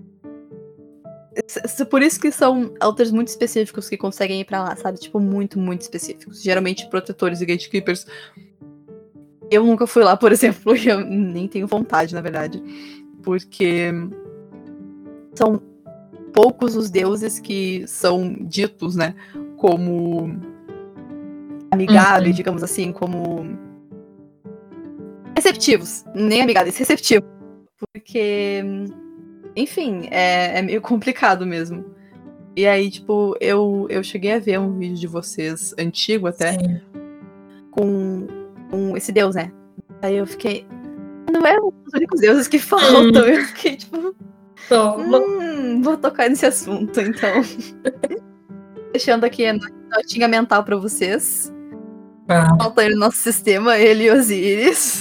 É por isso que são alters muito específicos que conseguem ir pra lá, sabe? Tipo, muito, muito específicos. Geralmente protetores e gatekeepers. Eu nunca fui lá, por exemplo, e eu nem tenho vontade, na verdade. Porque são poucos os deuses que são ditos, né? Como amigáveis, Uhum. digamos assim, como receptivos. Nem amigáveis, receptivos. Porque, enfim, é, é meio complicado mesmo. E aí, tipo, eu, eu cheguei a ver um vídeo de vocês, antigo até, Sim. com, com esse deus, né? Aí eu fiquei. Não é um dos únicos deuses que faltam. Hum. Eu fiquei, tipo. Então, Hum, vou tocar nesse assunto, então. Deixando aqui a notinha mental pra vocês. ah, Falta aí no nosso sistema, ele e Osíris.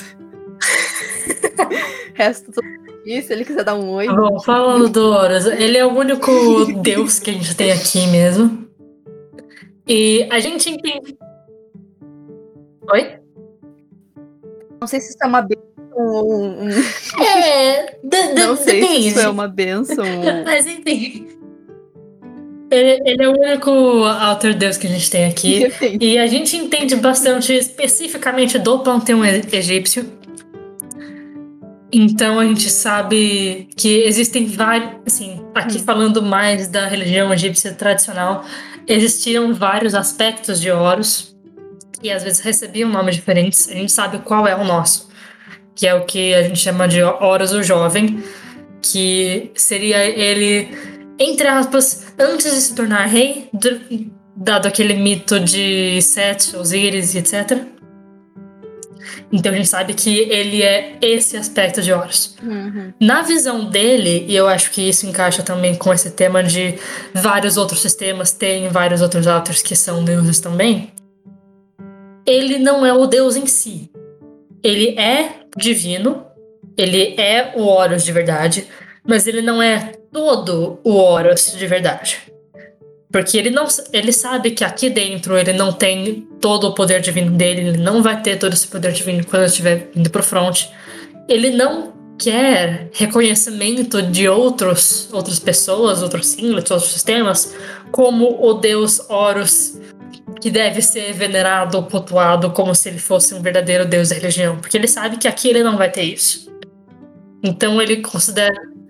Resto tudo aqui, se ele quiser dar um oi. bom, falando do Horus, ele é o único deus que a gente tem aqui mesmo. E a gente entende. Oi? Não sei se isso é uma bênção ou um. É, de, de, Não sei depende. se isso é uma bênção ou. Mas enfim. Ele, ele é o único alter deus que a gente tem aqui. Depende. E a gente entende bastante especificamente do panteão e- egípcio. Então a gente sabe que existem vários. Assim, aqui Hum. falando mais da religião egípcia tradicional, existiam vários aspectos de Horus. E às vezes recebiam nomes diferentes. A gente sabe qual é o nosso, que é o que a gente chama de Horus o Jovem, que seria ele, entre aspas, antes de se tornar rei, d- dado aquele mito de Set, Osíris e etcétera. Então a gente sabe que ele é esse aspecto de Horus. Uhum. Na visão dele, e eu acho que isso encaixa também com esse tema de vários outros sistemas terem vários outros alters que são deuses também, ele não é o deus em si. Ele é divino, ele é o Horus de verdade, mas ele não é todo o Horus de verdade. Porque ele, não, ele sabe que aqui dentro ele não tem todo o poder divino dele, ele não vai ter todo esse poder divino quando ele estiver indo pro front. Ele não quer reconhecimento de outros, outras pessoas, outros singlets, outros sistemas, como o deus Horus, que deve ser venerado ou cultuado como se ele fosse um verdadeiro deus da religião, porque ele sabe que aqui ele não vai ter isso. Então ele considera...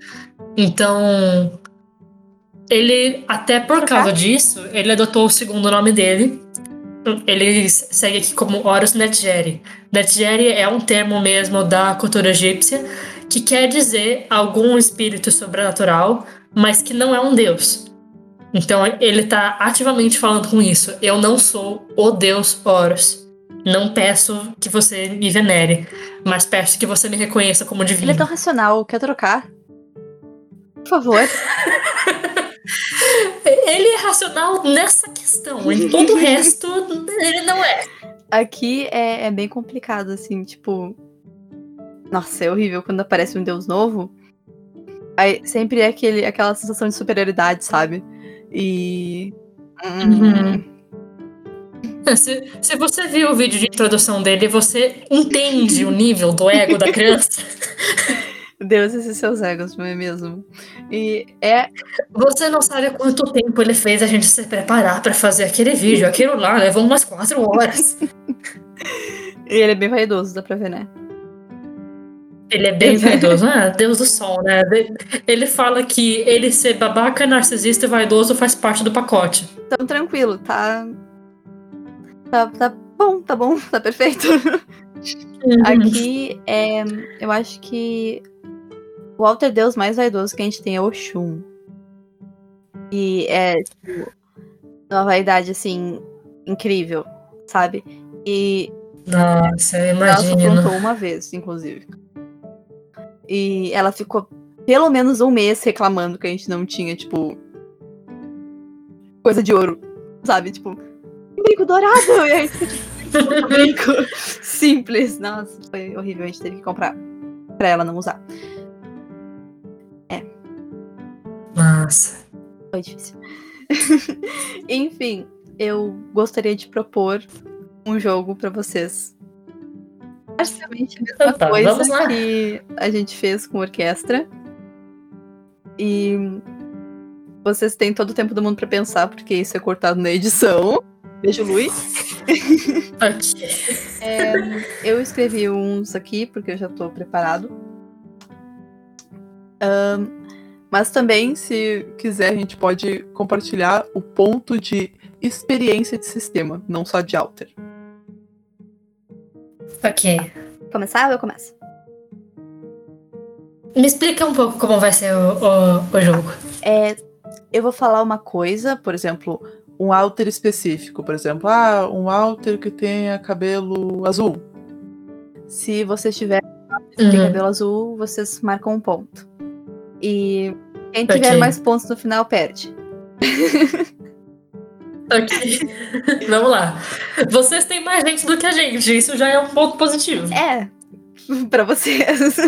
Então, ele, até por causa disso, ele adotou o segundo nome dele. Ele segue aqui como Horus Netgeri. Netgeri é um termo mesmo da cultura egípcia que quer dizer algum espírito sobrenatural, mas que não é um deus. Então ele está ativamente falando com isso. Eu não sou o deus Horus. Não peço que você me venere, mas peço que você me reconheça como divino. Ele é tão racional, quer trocar? Por favor. Ele é racional nessa questão, em todo o resto, ele não é. Aqui é, é bem complicado, assim, tipo... Nossa, é horrível quando aparece um deus novo. Aí sempre é aquele, aquela sensação de superioridade, sabe? E... Uhum. Se, se você viu o vídeo de introdução dele, você entende o nível do ego da criança. Deus, esses seus egos, não é mesmo? E é... Você não sabe quanto tempo ele fez a gente se preparar pra fazer aquele vídeo. Aquilo lá levou umas quatro horas. E ele é bem vaidoso, dá pra ver, né? Ele é bem vaidoso. Ah, Deus do sol, né? Ele fala que ele ser babaca, narcisista e vaidoso faz parte do pacote. Então, tranquilo, tá... Tá, tá bom, tá bom, tá perfeito. Uhum. Aqui, é, eu acho que o alter deus mais vaidoso que a gente tem é Oxum. E é, tipo, uma vaidade, assim, incrível, sabe? E Nossa, eu ela imagino. só afrontou uma vez, inclusive. E ela ficou pelo menos um mês reclamando que a gente não tinha, tipo, coisa de ouro, sabe? Tipo, brinco dourado! E aí, tipo, brinco simples. Nossa, foi horrível, a gente teve que comprar pra ela não usar. É. Nossa. Foi difícil. Enfim, eu gostaria de propor um jogo pra vocês. Basicamente a mesma Então tá, vamos coisa lá. que a gente fez com orquestra. E vocês têm todo o tempo do mundo pra pensar, porque isso é cortado na edição. Beijo, Luiz. Ok. É, eu escrevi uns aqui, porque eu já tô preparado. Um, mas também, se quiser, a gente pode compartilhar o ponto de experiência de sistema, não só de alter. Ok. Começar ou eu começo? Me explica um pouco como vai ser o, o, o jogo. É, eu vou falar uma coisa, por exemplo, um alter específico. Por exemplo, ah, um alter que tenha cabelo azul. Se vocês tiverem um alter que tem Uhum. cabelo azul, vocês marcam um ponto. E quem tiver Ok. mais pontos no final, perde. Ok. Vamos lá. Vocês têm mais gente do que a gente. Isso já é um ponto positivo. É, pra vocês.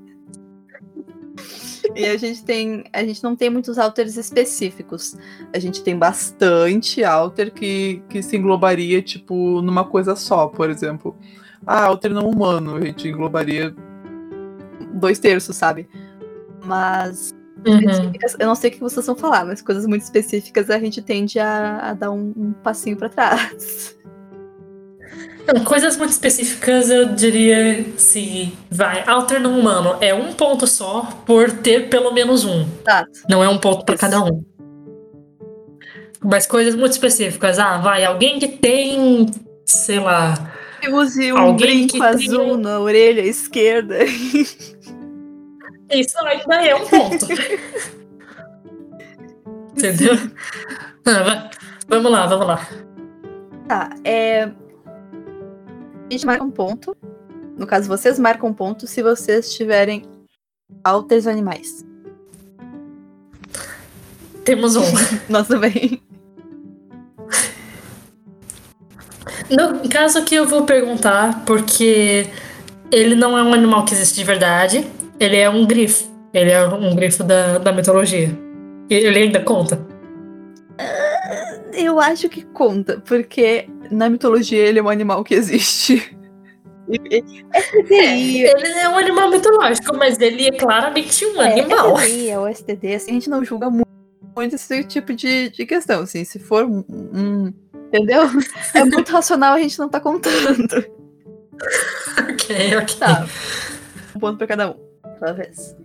E a gente tem. A gente não tem muitos alters específicos. A gente tem bastante alter que, que se englobaria, tipo, numa coisa só, por exemplo. Ah, alter não humano, a gente englobaria dois terços, sabe? Mas Uhum. específicas, eu não sei o que vocês vão falar, mas coisas muito específicas a gente tende a, a dar um, um passinho pra trás. Coisas muito específicas, eu diria se vai. Alter não humano é um ponto só por ter pelo menos um. Exato. Não é um ponto pra Isso. cada um. Mas coisas muito específicas. Ah, vai, alguém que tem, sei lá. Que use um Alguém brinco que azul tem... na orelha esquerda. Isso ainda é um ponto. Entendeu? Ah, vai. Vamos lá, vamos lá. Tá, é. A gente marca um ponto. No caso, vocês marcam um ponto se vocês tiverem alters animais. Temos um. Nós também. No caso que eu vou perguntar, porque ele não é um animal que existe de verdade, ele é um grifo. Ele é um grifo da, da mitologia. Ele ainda conta? Eu acho que conta, porque na mitologia ele é um animal que existe. É, ele é um animal mitológico, mas ele é claramente um É, animal. é, é o S T D, assim, a gente não julga muito, muito esse tipo de, de questão, assim, se for um, um... Entendeu? É muito racional, a gente não tá contando. Ok, ok. Tá. Um ponto pra cada um, talvez.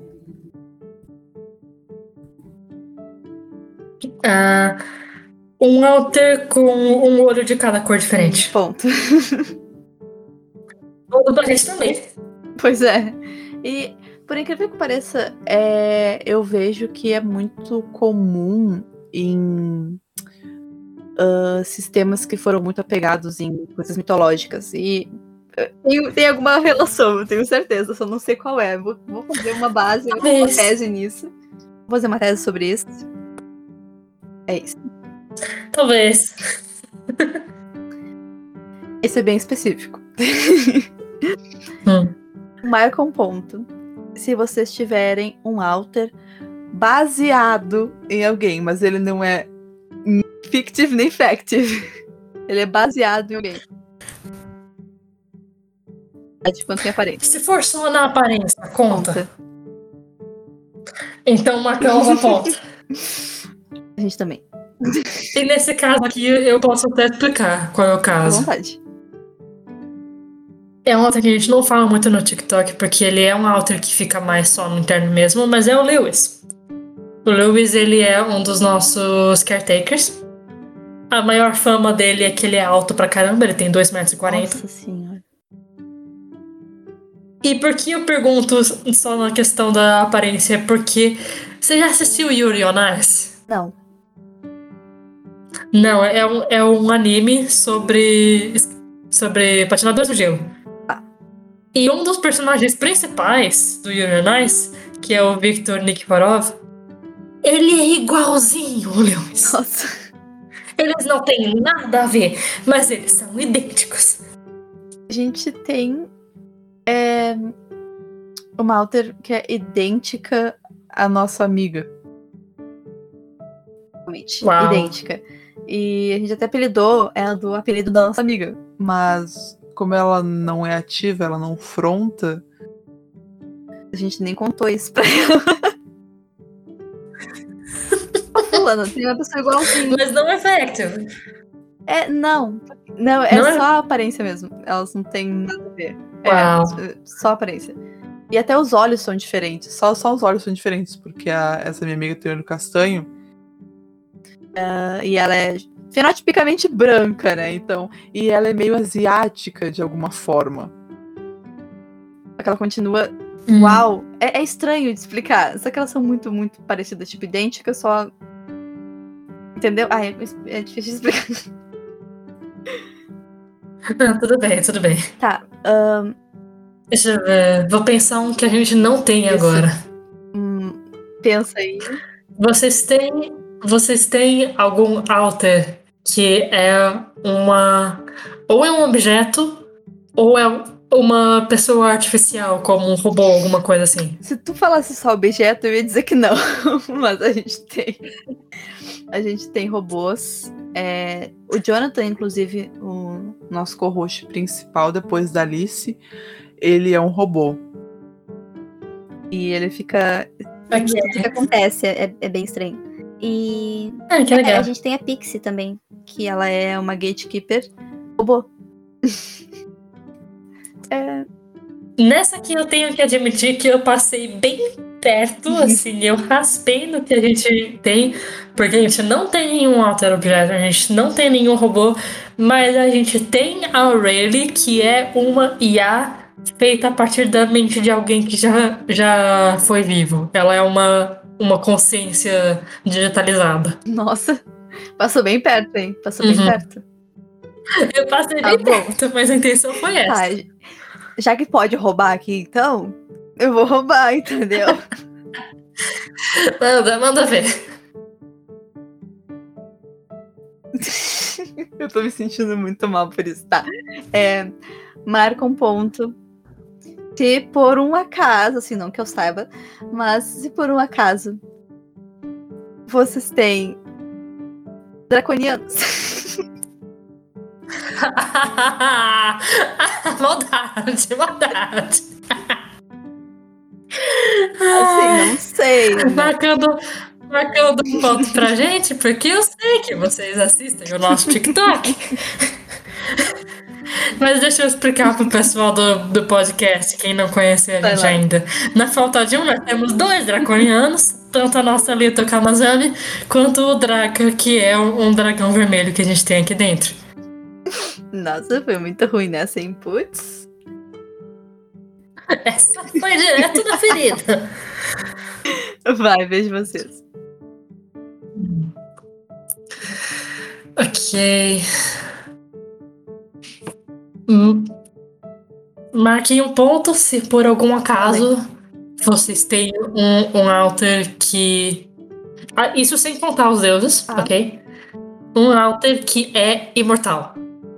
Ah, um alter com um olho de cada cor diferente. Ponto. Ponto pra gente também. Pois é. E, por incrível que pareça, é, eu vejo que é muito comum em uh, sistemas que foram muito apegados em coisas mitológicas. E tem, tem alguma relação, eu tenho certeza, só não sei qual é. Vou, vou fazer uma base, vou fazer uma tese nisso. Vou fazer uma tese sobre isso. É isso. Talvez. Esse é bem específico. hum. Marca um ponto. Se vocês tiverem um alter baseado em alguém, mas ele não é fictive nem factive. Ele é baseado em alguém. É de quanto tem aparência. Se for só na aparência, conta. Conta. Então marcamos a ponta. A gente também. E nesse caso aqui eu posso até explicar qual é o À caso. vontade. É um author que a gente não fala muito no TikTok, porque ele é um author que fica mais só no interno mesmo, mas é o Lewis. O Lewis, ele é um dos nossos caretakers. A maior fama dele é que ele é alto pra caramba, ele tem dois metros e quarenta. Nossa senhora. E por que eu pergunto só na questão da aparência? Porque você já assistiu Yuri on Ice? Não. Não, é um, é um anime sobre, sobre patinadores do gelo. Ah. E um dos personagens principais do Yuri on Ice, que é o Viktor Nikiforov, ele é igualzinho o Lewis. Nossa. Eles não têm nada a ver, mas eles são idênticos. A gente tem é, uma alter que é idêntica à nossa amiga. Realmente. Uau. Idêntica. E a gente até apelidou ela do apelido da nossa amiga. Mas como ela não é ativa, ela não fronta. A gente nem contou isso pra ela. Tô falando, tem uma pessoa igualzinha. Mas não é factive. É, não. Não, é Não é? só a aparência mesmo. Elas não têm nada a ver. Uau. É, só a aparência. E até os olhos são diferentes. Só, só os olhos são diferentes, porque a- essa minha amiga tem olho castanho. Uh, e ela é fenotipicamente branca, né? Então. E ela é meio asiática de alguma forma. Só que ela continua. Hum. Uau! É, é estranho de explicar. Só que elas são muito, muito parecidas, tipo, idênticas, só. Entendeu? Ah, é, é difícil de explicar. Não, tudo bem, tudo bem. Tá. ahn, Deixa eu ver. Vou pensar um que a gente não tem Isso. agora. hum, pensa aí. Vocês têm, vocês têm algum alter que é uma... Ou é um objeto, ou é uma pessoa artificial, como um robô, alguma coisa assim. Se tu falasse só objeto, eu ia dizer que não. Mas a gente tem. A gente tem robôs. É, o Jonathan, inclusive, o Nosso co-host principal, depois da Alice, ele é um robô. e ele fica. Ok. O que acontece? É, é bem estranho. E Ah, que é, legal. a gente tem a Pixie também, que ela é uma gatekeeper robô. é, Nessa aqui eu tenho que admitir que eu passei bem perto, assim, eu raspei no que a gente tem, porque a gente não tem nenhum alter objeto, a gente não tem nenhum robô, mas a gente tem a Aurelie, que é uma I A feita a partir da mente de alguém que já, já foi vivo. Ela é uma, uma consciência digitalizada. Nossa, passou bem perto, hein? Passou Uhum. bem perto. Eu passei Tá bem bom. perto, mas a intenção foi essa. Tá, já que pode roubar aqui, então, eu vou roubar, entendeu? Manda, manda ver. Eu tô me sentindo muito mal por isso, tá? É, marca um ponto. Se por um acaso, assim, não que eu saiba, mas se por um acaso vocês têm draconianos. Maldade, maldade. Assim, não sei, né? Marcando, marcando um ponto pra gente, porque eu sei que vocês assistem o nosso TikTok. Mas deixa eu explicar pro pessoal do, do podcast, quem não conhece a Vai gente lá. ainda. Na falta de um, nós temos dois draconianos, tanto a nossa Lito Kamazami, quanto o Draka, que é um, um dragão vermelho que a gente tem aqui dentro. Nossa, foi muito ruim nessa, hein? Putz. Essa foi direto da ferida. Vai, vejo vocês. Ok. Ok. Hum. Marquem um ponto se por algum acaso vocês têm um, um alter que... Ah, isso sem contar os deuses, Ah. ok? Um alter que é imortal.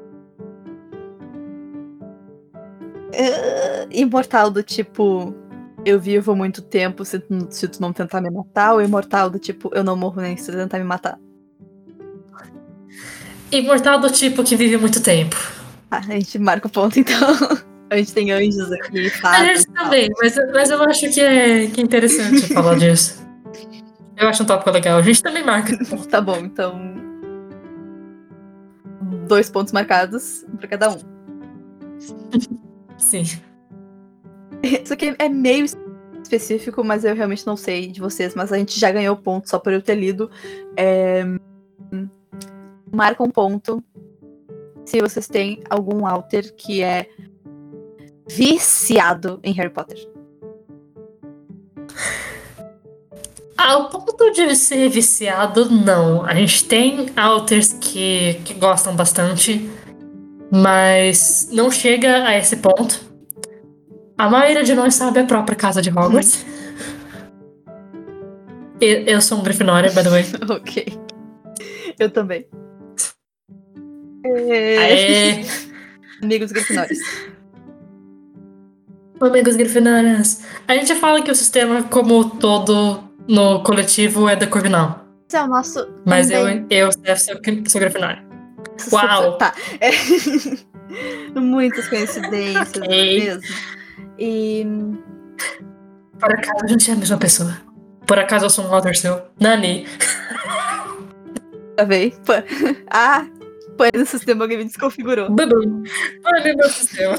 Uh, imortal do tipo, eu vivo muito tempo se tu, se tu não tentar me matar, ou imortal do tipo, eu não morro nem se tu tentar me matar? Imortal do tipo que vive muito tempo. Ah, a gente marca o ponto então. A gente tem anjos aqui, A fadas. gente também, mas, mas eu acho que é, que é interessante falar disso. Eu acho um tópico legal. A gente também marca. Tá bom, então. Dois pontos marcados pra cada um. Sim. Isso aqui é meio específico, mas eu realmente não sei de vocês. Mas a gente já ganhou ponto só por eu ter lido. É... Marca um ponto se vocês têm algum alter que é viciado em Harry Potter. Ao ponto de ser viciado, não. A gente tem alters que, que gostam bastante, mas não chega a esse ponto. A maioria de nós sabe a própria casa de Hogwarts. Eu, eu sou um Grifinória, by the way. Ok. Eu também. É... Aê! Amigos Grifinórios. Amigos Grifinórias. A gente fala que o sistema como todo no coletivo é da Corvinal. Esse é o nosso. Mas também. eu, eu Steph, sou, sou Grifinória. Uau! Tá. É... Muitas coincidências, Ok. não é mesmo? E. Por acaso a gente é a mesma pessoa. Por acaso eu sou um alter seu. Nani. Travei. Pô. Ah! Põe no sistema que me desconfigurou. Bubu. Olha meu sistema.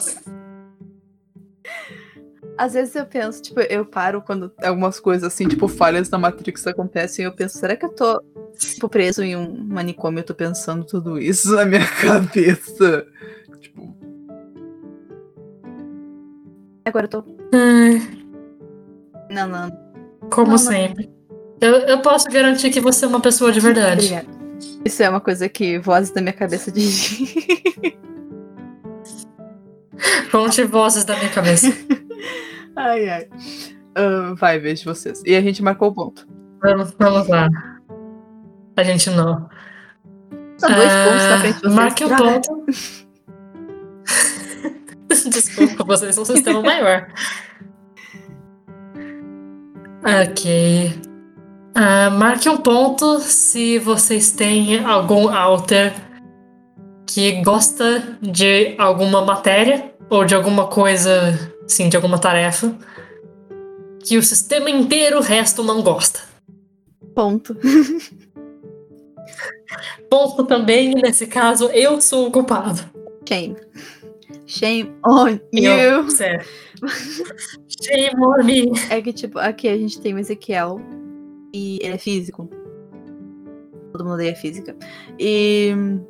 Às vezes eu penso, tipo, eu paro quando algumas coisas assim, tipo, falhas na Matrix acontecem e eu penso, será que eu tô, tipo, preso em um manicômio? Eu tô pensando tudo isso na minha cabeça. Tipo. Agora eu tô. Ai, Não, não. como Não, não. sempre. Eu, eu posso garantir que você é uma pessoa de verdade. Obrigada. Isso é uma coisa que vozes da minha cabeça dizem. Fonte vozes da minha cabeça. Ai, ai. Uh, vai, vejo vocês. E a gente marcou o ponto. Vamos, vamos lá. A gente não. Só dois pontos na frente de vocês. Marque um Ah, ponto. Desculpa, vocês são um sistema maior. Ok. Uh, marque um ponto se vocês têm algum alter que gosta de alguma matéria ou de alguma coisa, sim, de alguma tarefa que o sistema inteiro, o resto, não gosta. Ponto. Ponto também, e nesse caso, eu sou o culpado. Shame. Shame on you. Eu, sério. Shame on me. É que, tipo, aqui a gente tem o Ezequiel e ele é físico. Todo mundo odeia física. E.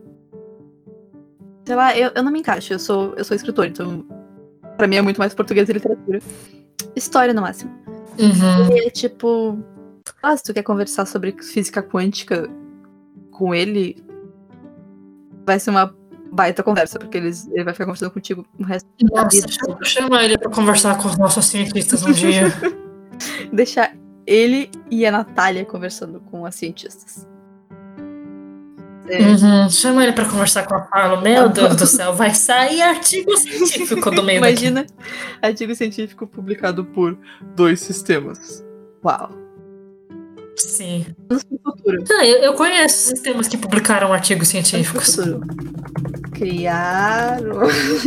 Sei lá, eu, eu não me encaixo. Eu sou, eu sou escritor, então. Pra mim é muito mais português e literatura. História no máximo. Uhum. E é tipo. Ah, se tu quer conversar sobre física quântica com ele, vai ser uma baita conversa, porque eles, ele vai ficar conversando contigo o resto da Nossa, vida. chama, chama ele pra conversar com os nossos cientistas um dia. Deixar ele e a Natália conversando com as cientistas. É. Uhum. Chama ele pra conversar com a Carla. Meu Deus do céu, vai sair artigo científico do meio Imagina, daqui. artigo científico publicado por dois sistemas. Uau. Sim. No futuro. Ah, eu, eu conheço sistemas que publicaram artigos científicos. No futuro. Criaram.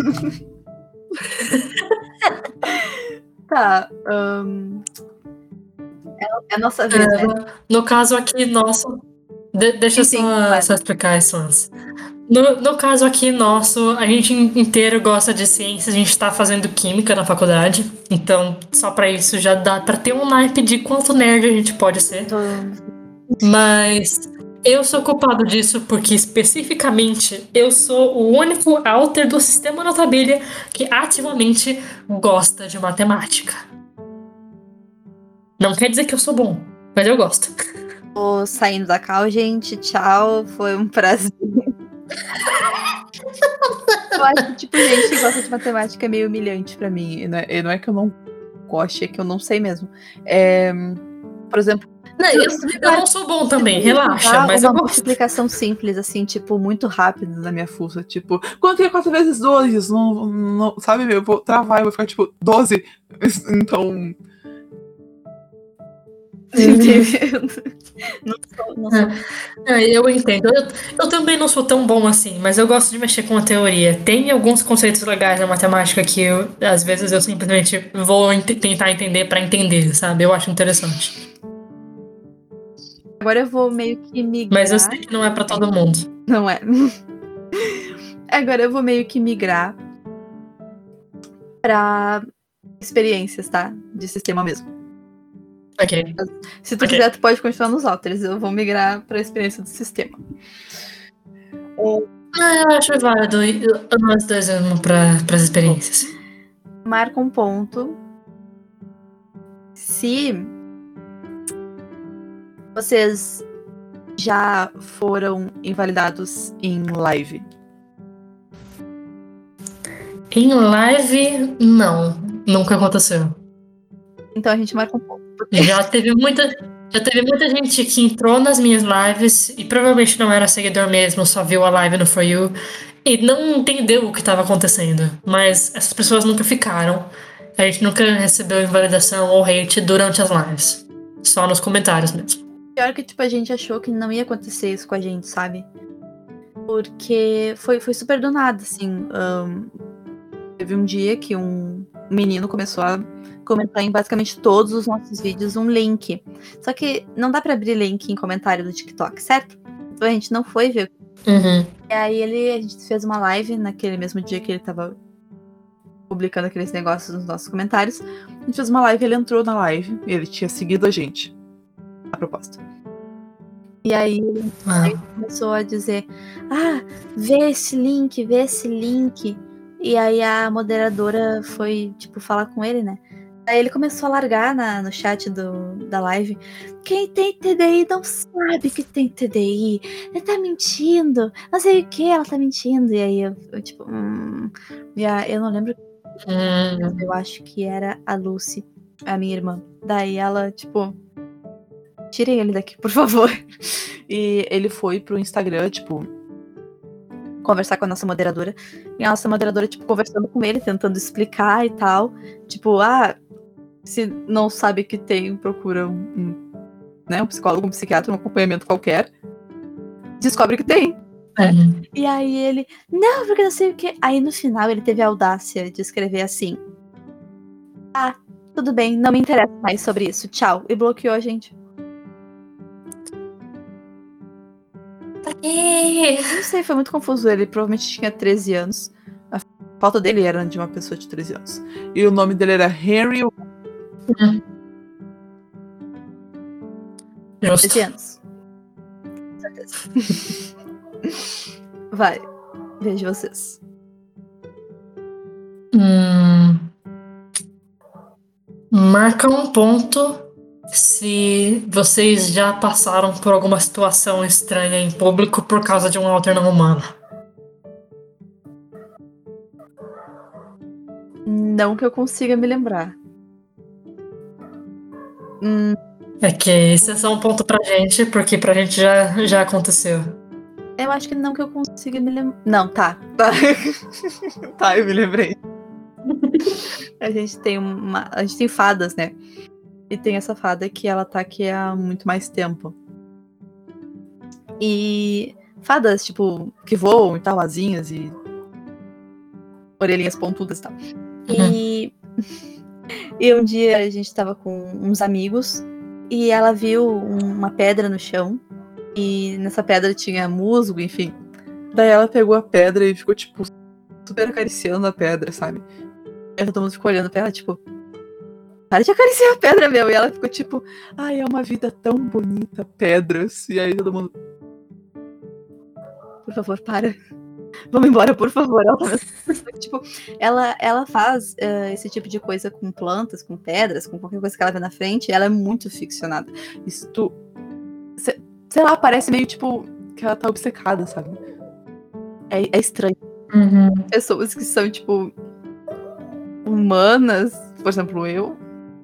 Tá. Um... É, é a nossa vez, É, né? no caso aqui nosso... De, deixa eu Sim, só, vai. só explicar isso antes. No, no caso aqui nosso, a gente inteiro gosta de ciências, a gente tá fazendo química na faculdade. Então, só pra isso já dá pra ter um naipe de quanto nerd a gente pode ser. Tô... Mas eu sou culpado disso porque, especificamente, eu sou o único alter do sistema Notabilia que ativamente gosta de matemática. Não quer dizer que eu sou bom, mas eu gosto. Tô saindo da cal, gente. Tchau. Foi um prazer. Eu acho que, tipo, gente que gosta de matemática é meio humilhante pra mim. E não é, e não é que eu não goste, é que eu não sei mesmo. É, por exemplo... Não, eu, eu não sou bom também, relaxa, mas eu uma gosto. multiplicação simples, assim, tipo, muito rápido na minha fuça. Tipo, quanto é quatro vezes doze? Não, não, sabe, meu? Eu vou travar, eu vou ficar, tipo, doze. Então... não sou, não sou. É, eu entendo. Eu, eu também não sou tão bom assim, mas eu gosto de mexer com a teoria. Tem alguns conceitos legais na matemática que eu, às vezes eu simplesmente vou ent- tentar entender pra entender, sabe? Eu acho interessante. Agora eu vou meio que migrar. Mas eu sei que não é pra todo mundo. Não é. Agora eu vou meio que migrar pra experiências, tá? De sistema mesmo. Ok. Se tu Ok. quiser, tu pode continuar nos alters. Eu vou migrar pra experiência do sistema. Ah, eu acho válido ir- nós dois vamos pra, pras experiências. Marca um ponto. Se vocês já foram invalidados em live. Em live, não. Nunca aconteceu. Então a gente marca um ponto. Já teve muita, já teve muita gente que entrou nas minhas lives e provavelmente não era seguidor mesmo, só viu a live no For You e não entendeu o que estava acontecendo. Mas essas pessoas nunca ficaram. A gente nunca recebeu invalidação ou hate durante as lives. Só nos comentários mesmo. Pior que, tipo, a gente achou que não ia acontecer isso com a gente, sabe? Porque foi, foi super do nada, assim. Um, teve um dia que um menino começou a comentar em basicamente todos os nossos vídeos um link. Só que não dá pra abrir link em comentário do TikTok, certo? Então a gente não foi ver. Uhum. E aí ele, a gente fez uma live naquele mesmo dia que ele tava publicando aqueles negócios nos nossos comentários. A gente fez uma live, ele entrou na live e ele tinha seguido a gente. A proposta. E aí Ah. ele começou a dizer: ah, vê esse link, vê esse link. E aí a moderadora foi, tipo, falar com ele, né? Aí ele começou a largar na, no chat do, da live: quem tem T D I não sabe que tem T D I. Ele tá mentindo. Não sei o que, ela tá mentindo. E aí eu, eu tipo, hum, e a, eu não lembro. Hum. Eu acho que era a Lucy, a minha irmã. Daí ela, tipo, tirem ele daqui, por favor. E ele foi pro Instagram, tipo, conversar com a nossa moderadora. E a nossa moderadora, tipo, conversando com ele, tentando explicar e tal. Tipo, ah, se não sabe que tem, procura um, um, né, um psicólogo, um psiquiatra, um acompanhamento qualquer. Descobre que tem. Né? Uhum. E aí ele, não, porque não sei o que. Aí no final ele teve a audácia de escrever assim: ah, tudo bem, não me interessa mais sobre isso, tchau. E bloqueou a gente. Eu não sei, foi muito confuso. Ele provavelmente tinha treze anos. A foto dele era de uma pessoa de treze anos. E o nome dele era Henry. Hum. Justo. treze anos. Com certeza. Vai, vejo vocês. Hum. Marca um ponto se vocês já passaram por alguma situação estranha em público por causa de um alter não humano. Não que eu consiga me lembrar. Hum, É que esse é só um ponto pra gente, porque pra gente já, já aconteceu. eu acho que não que eu consiga me lembrar. Não, tá. Tá, tá, eu me lembrei. A gente tem uma. A gente tem fadas, né? E tem essa fada que ela tá aqui há muito mais tempo. E fadas, tipo, que voam e tal, asinhas e orelhinhas pontudas e tal. Uhum. E... e um dia a gente tava com uns amigos e ela viu uma pedra no chão e nessa pedra tinha musgo, enfim. Daí ela pegou a pedra e ficou, tipo, super acariciando a pedra, sabe? E todo mundo ficou olhando pra ela, tipo, para de acariciar a pedra, meu. E ela ficou tipo, ai, é uma vida tão bonita, pedras. E aí todo mundo, por favor, para. Vamos embora, por favor. Ela, tá... tipo, ela, ela faz uh, esse tipo de coisa com plantas, com pedras, com qualquer coisa que ela vê na frente. Ela é muito ficcionada. Isso tu... Sei lá, parece meio tipo que ela tá obcecada, sabe? É, é estranho. Uhum. Pessoas que são, tipo, humanas, por exemplo, eu.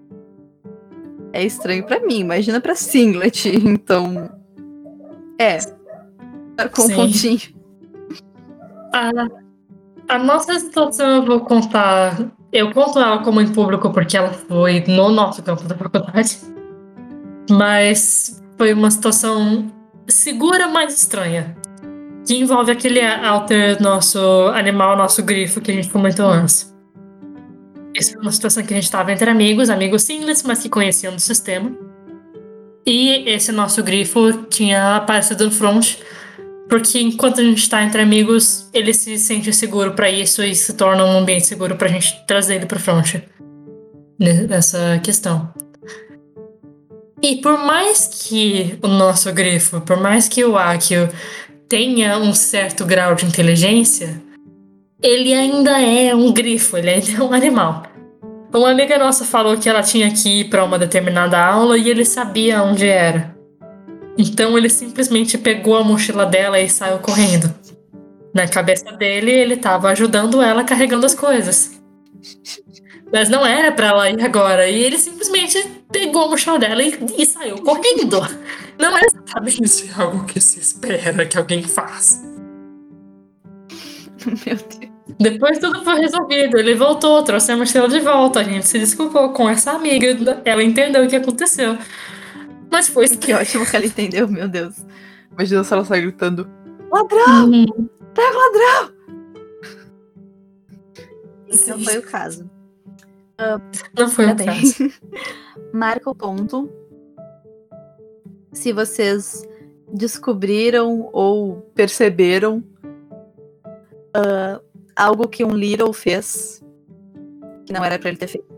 É estranho pra mim, imagina pra Singlet. Então. É. Com um pontinho. A, a nossa situação eu vou contar. Eu conto ela como em público porque ela foi no nosso campo da faculdade. Mas foi uma situação segura, mas estranha. Que envolve aquele alter nosso animal, nosso grifo que a gente comentou antes. Essa foi uma situação que a gente estava entre amigos, amigos Singlets, mas que conheciam do sistema. E esse nosso grifo tinha aparecido no front, porque enquanto a gente está entre amigos, ele se sente seguro para isso e se torna um ambiente seguro pra gente trazer ele pro front. Nessa questão. E por mais que o nosso grifo, por mais que o Akio tenha um certo grau de inteligência, ele ainda é um grifo, ele ainda é um animal. Uma amiga nossa falou que ela tinha que ir para uma determinada aula e ele sabia onde era. Então ele simplesmente pegou a mochila dela e saiu correndo. Na cabeça dele, ele estava ajudando ela carregando as coisas. Mas não era pra ela ir agora. E ele simplesmente pegou a mochila dela e, e saiu correndo. Não é exatamente algo que se espera que alguém faça. Meu Deus. Depois tudo foi resolvido. Ele voltou, trouxe a mochila de volta. A gente se desculpou com essa amiga. Ela entendeu o que aconteceu. Mas foi Que ótimo que ela entendeu, meu Deus. Imagina se ela sai gritando: ladrão! Uhum. Pega o ladrão! Então foi o caso. Uh, Não foi o caso. Marca o ponto. Se vocês descobriram ou perceberam uh, algo que um Little fez que não era pra ele ter feito.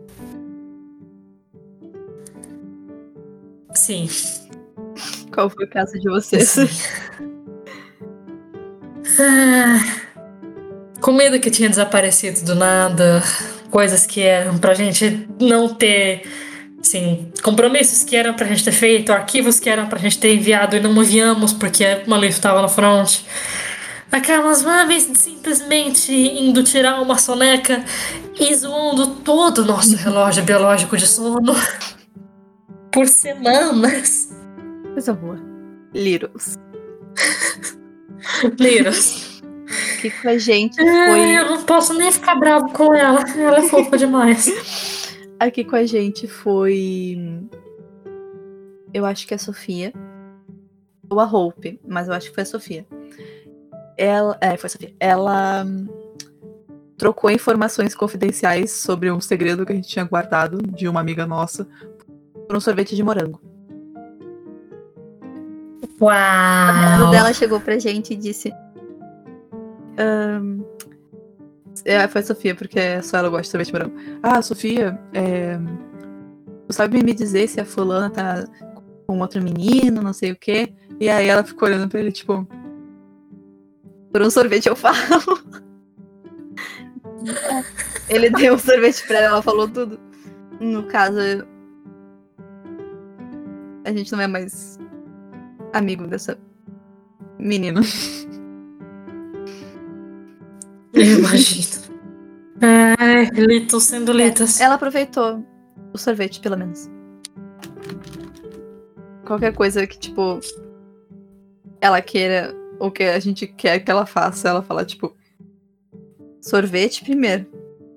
Sim. Qual foi o caso de vocês? Ah, comida que tinha desaparecido do nada, coisas que eram pra gente não ter, assim, compromissos que eram pra gente ter feito, arquivos que eram pra gente ter enviado e não enviamos porque o Malif tava na front. Aquelas mames simplesmente indo tirar uma soneca e zoando todo o nosso relógio biológico de sono por semanas. Coisa boa. Littles. Littles. Que com a gente foi... É, eu não posso nem ficar bravo com ela. Ela é fofa demais. Aqui com a gente foi... Eu acho que é a Sofia. Ou a Hope, mas eu acho que foi a Sofia. Ela... É, foi a Sofia. Ela trocou informações confidenciais sobre um segredo que a gente tinha guardado de uma amiga nossa por um sorvete de morango. Uau! A amiga dela chegou pra gente e disse... Um, é, foi a Sofia, porque só ela gosta de sorvete de morango. Ah, Sofia, é, você sabe me dizer se a fulana tá com outro menino, não sei o quê? E aí ela ficou olhando pra ele, tipo... Por um sorvete eu falo. Ele deu um sorvete pra ela, ela falou tudo. No caso, a gente não é mais amigo dessa menina. Eu imagino. Ai, Litos sendo Litas. Ela aproveitou o sorvete, pelo menos. Qualquer coisa que, tipo, ela queira, ou que a gente quer que ela faça, ela fala, tipo, sorvete primeiro.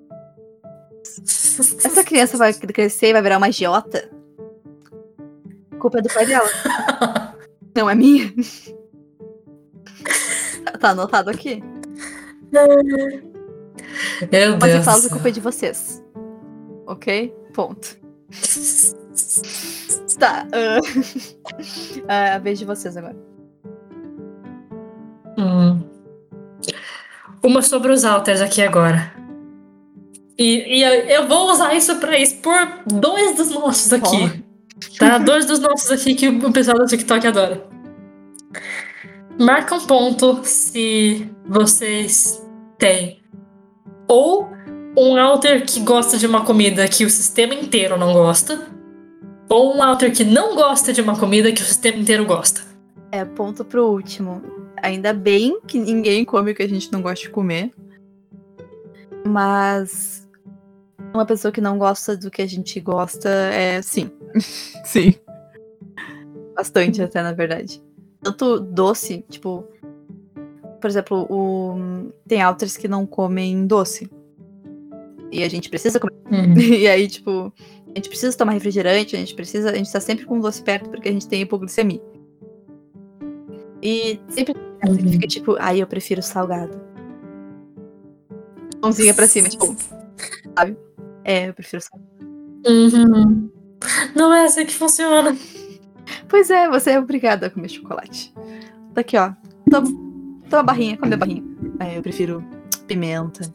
Essa criança vai crescer e vai virar uma agiota? A culpa é do pai dela. Não é minha. Tá anotado aqui. Meu Mas Deus. eu falo que a culpa é de vocês. Ok? Ponto. Tá. Uh... uh, a vez de vocês agora. Hum. Uma sobre os alters aqui agora. E, e eu vou usar isso pra expor dois dos nossos aqui. Oh. Tá? Dois dos nossos aqui que o pessoal do TikTok adora. Marca um ponto se vocês têm ou um alter que gosta de uma comida que o sistema inteiro não gosta, ou um alter que não gosta de uma comida que o sistema inteiro gosta. É, ponto pro último. ainda bem que ninguém come o que a gente não gosta de comer. Mas uma pessoa que não gosta do que a gente gosta é sim. Sim. Bastante até, na verdade. Tanto doce, tipo... Por exemplo, o... tem authors que não comem doce. E a gente precisa comer. Uhum. E aí, tipo... A gente precisa tomar refrigerante, a gente precisa... A gente tá sempre com um doce perto porque a gente tem hipoglicemia. E sempre Uhum. fica tipo... Ai, eu prefiro salgado. Mãozinha pra cima, tipo... Sabe? É, eu prefiro salgado. Uhum. Não é assim que funciona. Pois é, você é obrigada a comer chocolate. Tá aqui, ó. Toma, toma a barrinha, come a barrinha. É, eu prefiro pimenta.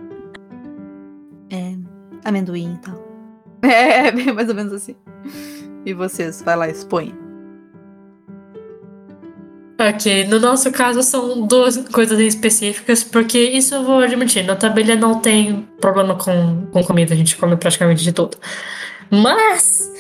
É, amendoim e tal. É, é mais ou menos assim. E vocês, vai lá, expõe. Ok, no nosso caso são duas coisas específicas, porque isso eu vou admitir, na tabela não tem problema com, com comida, a gente come praticamente de tudo. Mas,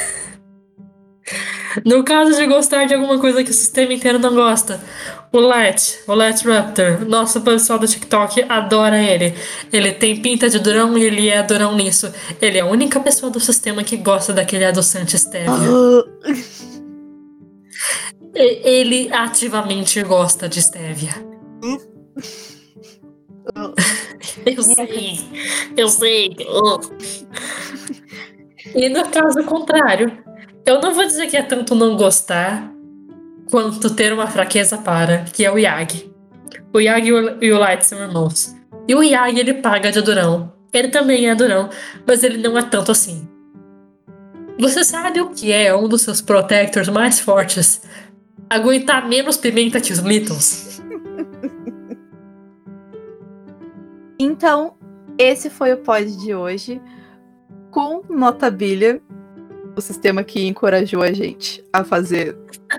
no caso de gostar de alguma coisa que o sistema inteiro não gosta, o Let, o Let Raptor, nosso pessoal do TikTok adora ele. Ele tem pinta de durão e ele é durão nisso. Ele é a única pessoa do sistema que gosta daquele adoçante stevia. E- Ele ativamente gosta de stevia. Eu sei, eu sei. E no caso contrário, eu não vou dizer que é tanto não gostar quanto ter uma fraqueza para, que é o Yagi. O Yagi e o- e o Light são irmãos. E o Yagi, ele paga de durão. Ele também é durão, mas ele não é tanto assim. Você sabe o que é um dos seus protectors mais fortes? Aguentar menos pimenta que os Littles? Então, esse foi o pod de hoje. Com Notabilia, o sistema que encorajou a gente a fazer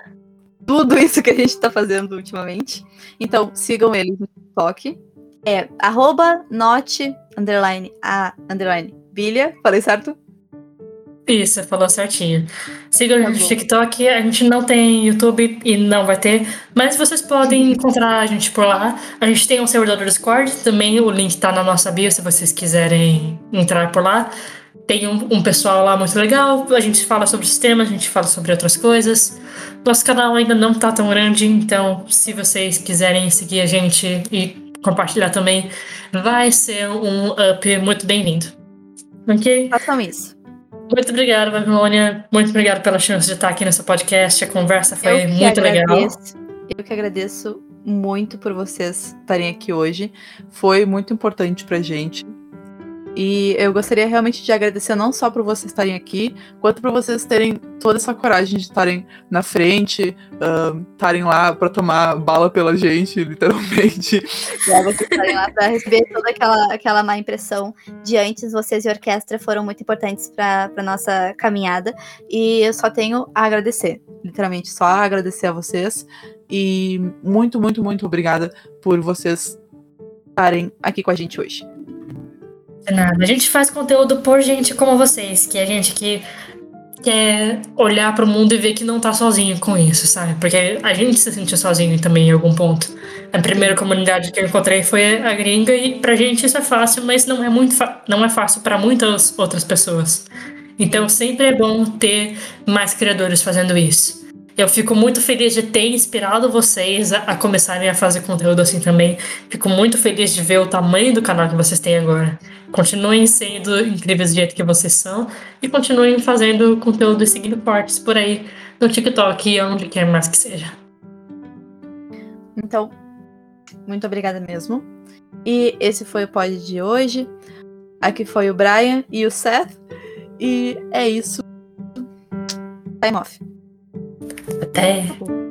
tudo isso que a gente tá fazendo ultimamente. Então, sigam eles no TikTok. É arroba not, underline, a, underline, bilha. Falei certo? Isso, você falou certinho. Sigam a Tá gente no bom. TikTok, a gente não tem YouTube e não vai ter, mas vocês podem encontrar a gente por lá. A gente tem um servidor do Discord, também o link tá na nossa bio se vocês quiserem entrar por lá. Tem um, um pessoal lá muito legal, a gente fala sobre sistemas, a gente fala sobre outras coisas. Nosso canal ainda não tá tão grande, então se vocês quiserem seguir a gente e compartilhar também, vai ser um up muito bem-vindo. Ok? Façam isso. Muito obrigado, Babilônia. Muito obrigado pela chance de estar aqui nessa podcast. A conversa foi Eu que muito legal. agradeço. Eu que agradeço muito por vocês estarem aqui hoje. Foi muito importante pra gente. E eu gostaria realmente de agradecer não só por vocês estarem aqui, quanto por vocês terem toda essa coragem de estarem na frente, estarem uh, lá pra tomar bala pela gente, literalmente. E aí vocês estarem lá pra receber toda aquela, aquela má impressão de antes. Vocês e a orquestra foram muito importantes pra, pra nossa caminhada. E eu só tenho a agradecer. Literalmente, só agradecer a vocês. E muito, muito, muito obrigada por vocês estarem aqui com a gente hoje. De nada. A gente faz conteúdo por gente como vocês, que é gente que quer olhar pro mundo e ver que não tá sozinho com isso, sabe? Porque a gente se sentiu sozinho também em algum ponto. A primeira comunidade que eu encontrei foi a gringa e pra gente isso é fácil, mas não é muito não é fácil pra muitas outras pessoas. Então sempre é bom ter mais criadores fazendo isso. Eu fico muito feliz de ter inspirado vocês a, a começarem a fazer conteúdo assim também. Fico muito feliz de ver o tamanho do canal que vocês têm agora. Continuem sendo incríveis do jeito que vocês são e continuem fazendo conteúdo e seguindo fortes por aí no TikTok e onde quer mais que seja. Então, muito obrigada mesmo. E esse foi o pod de hoje. Aqui foi o Brian e o Seth. E é isso. Time off. Até!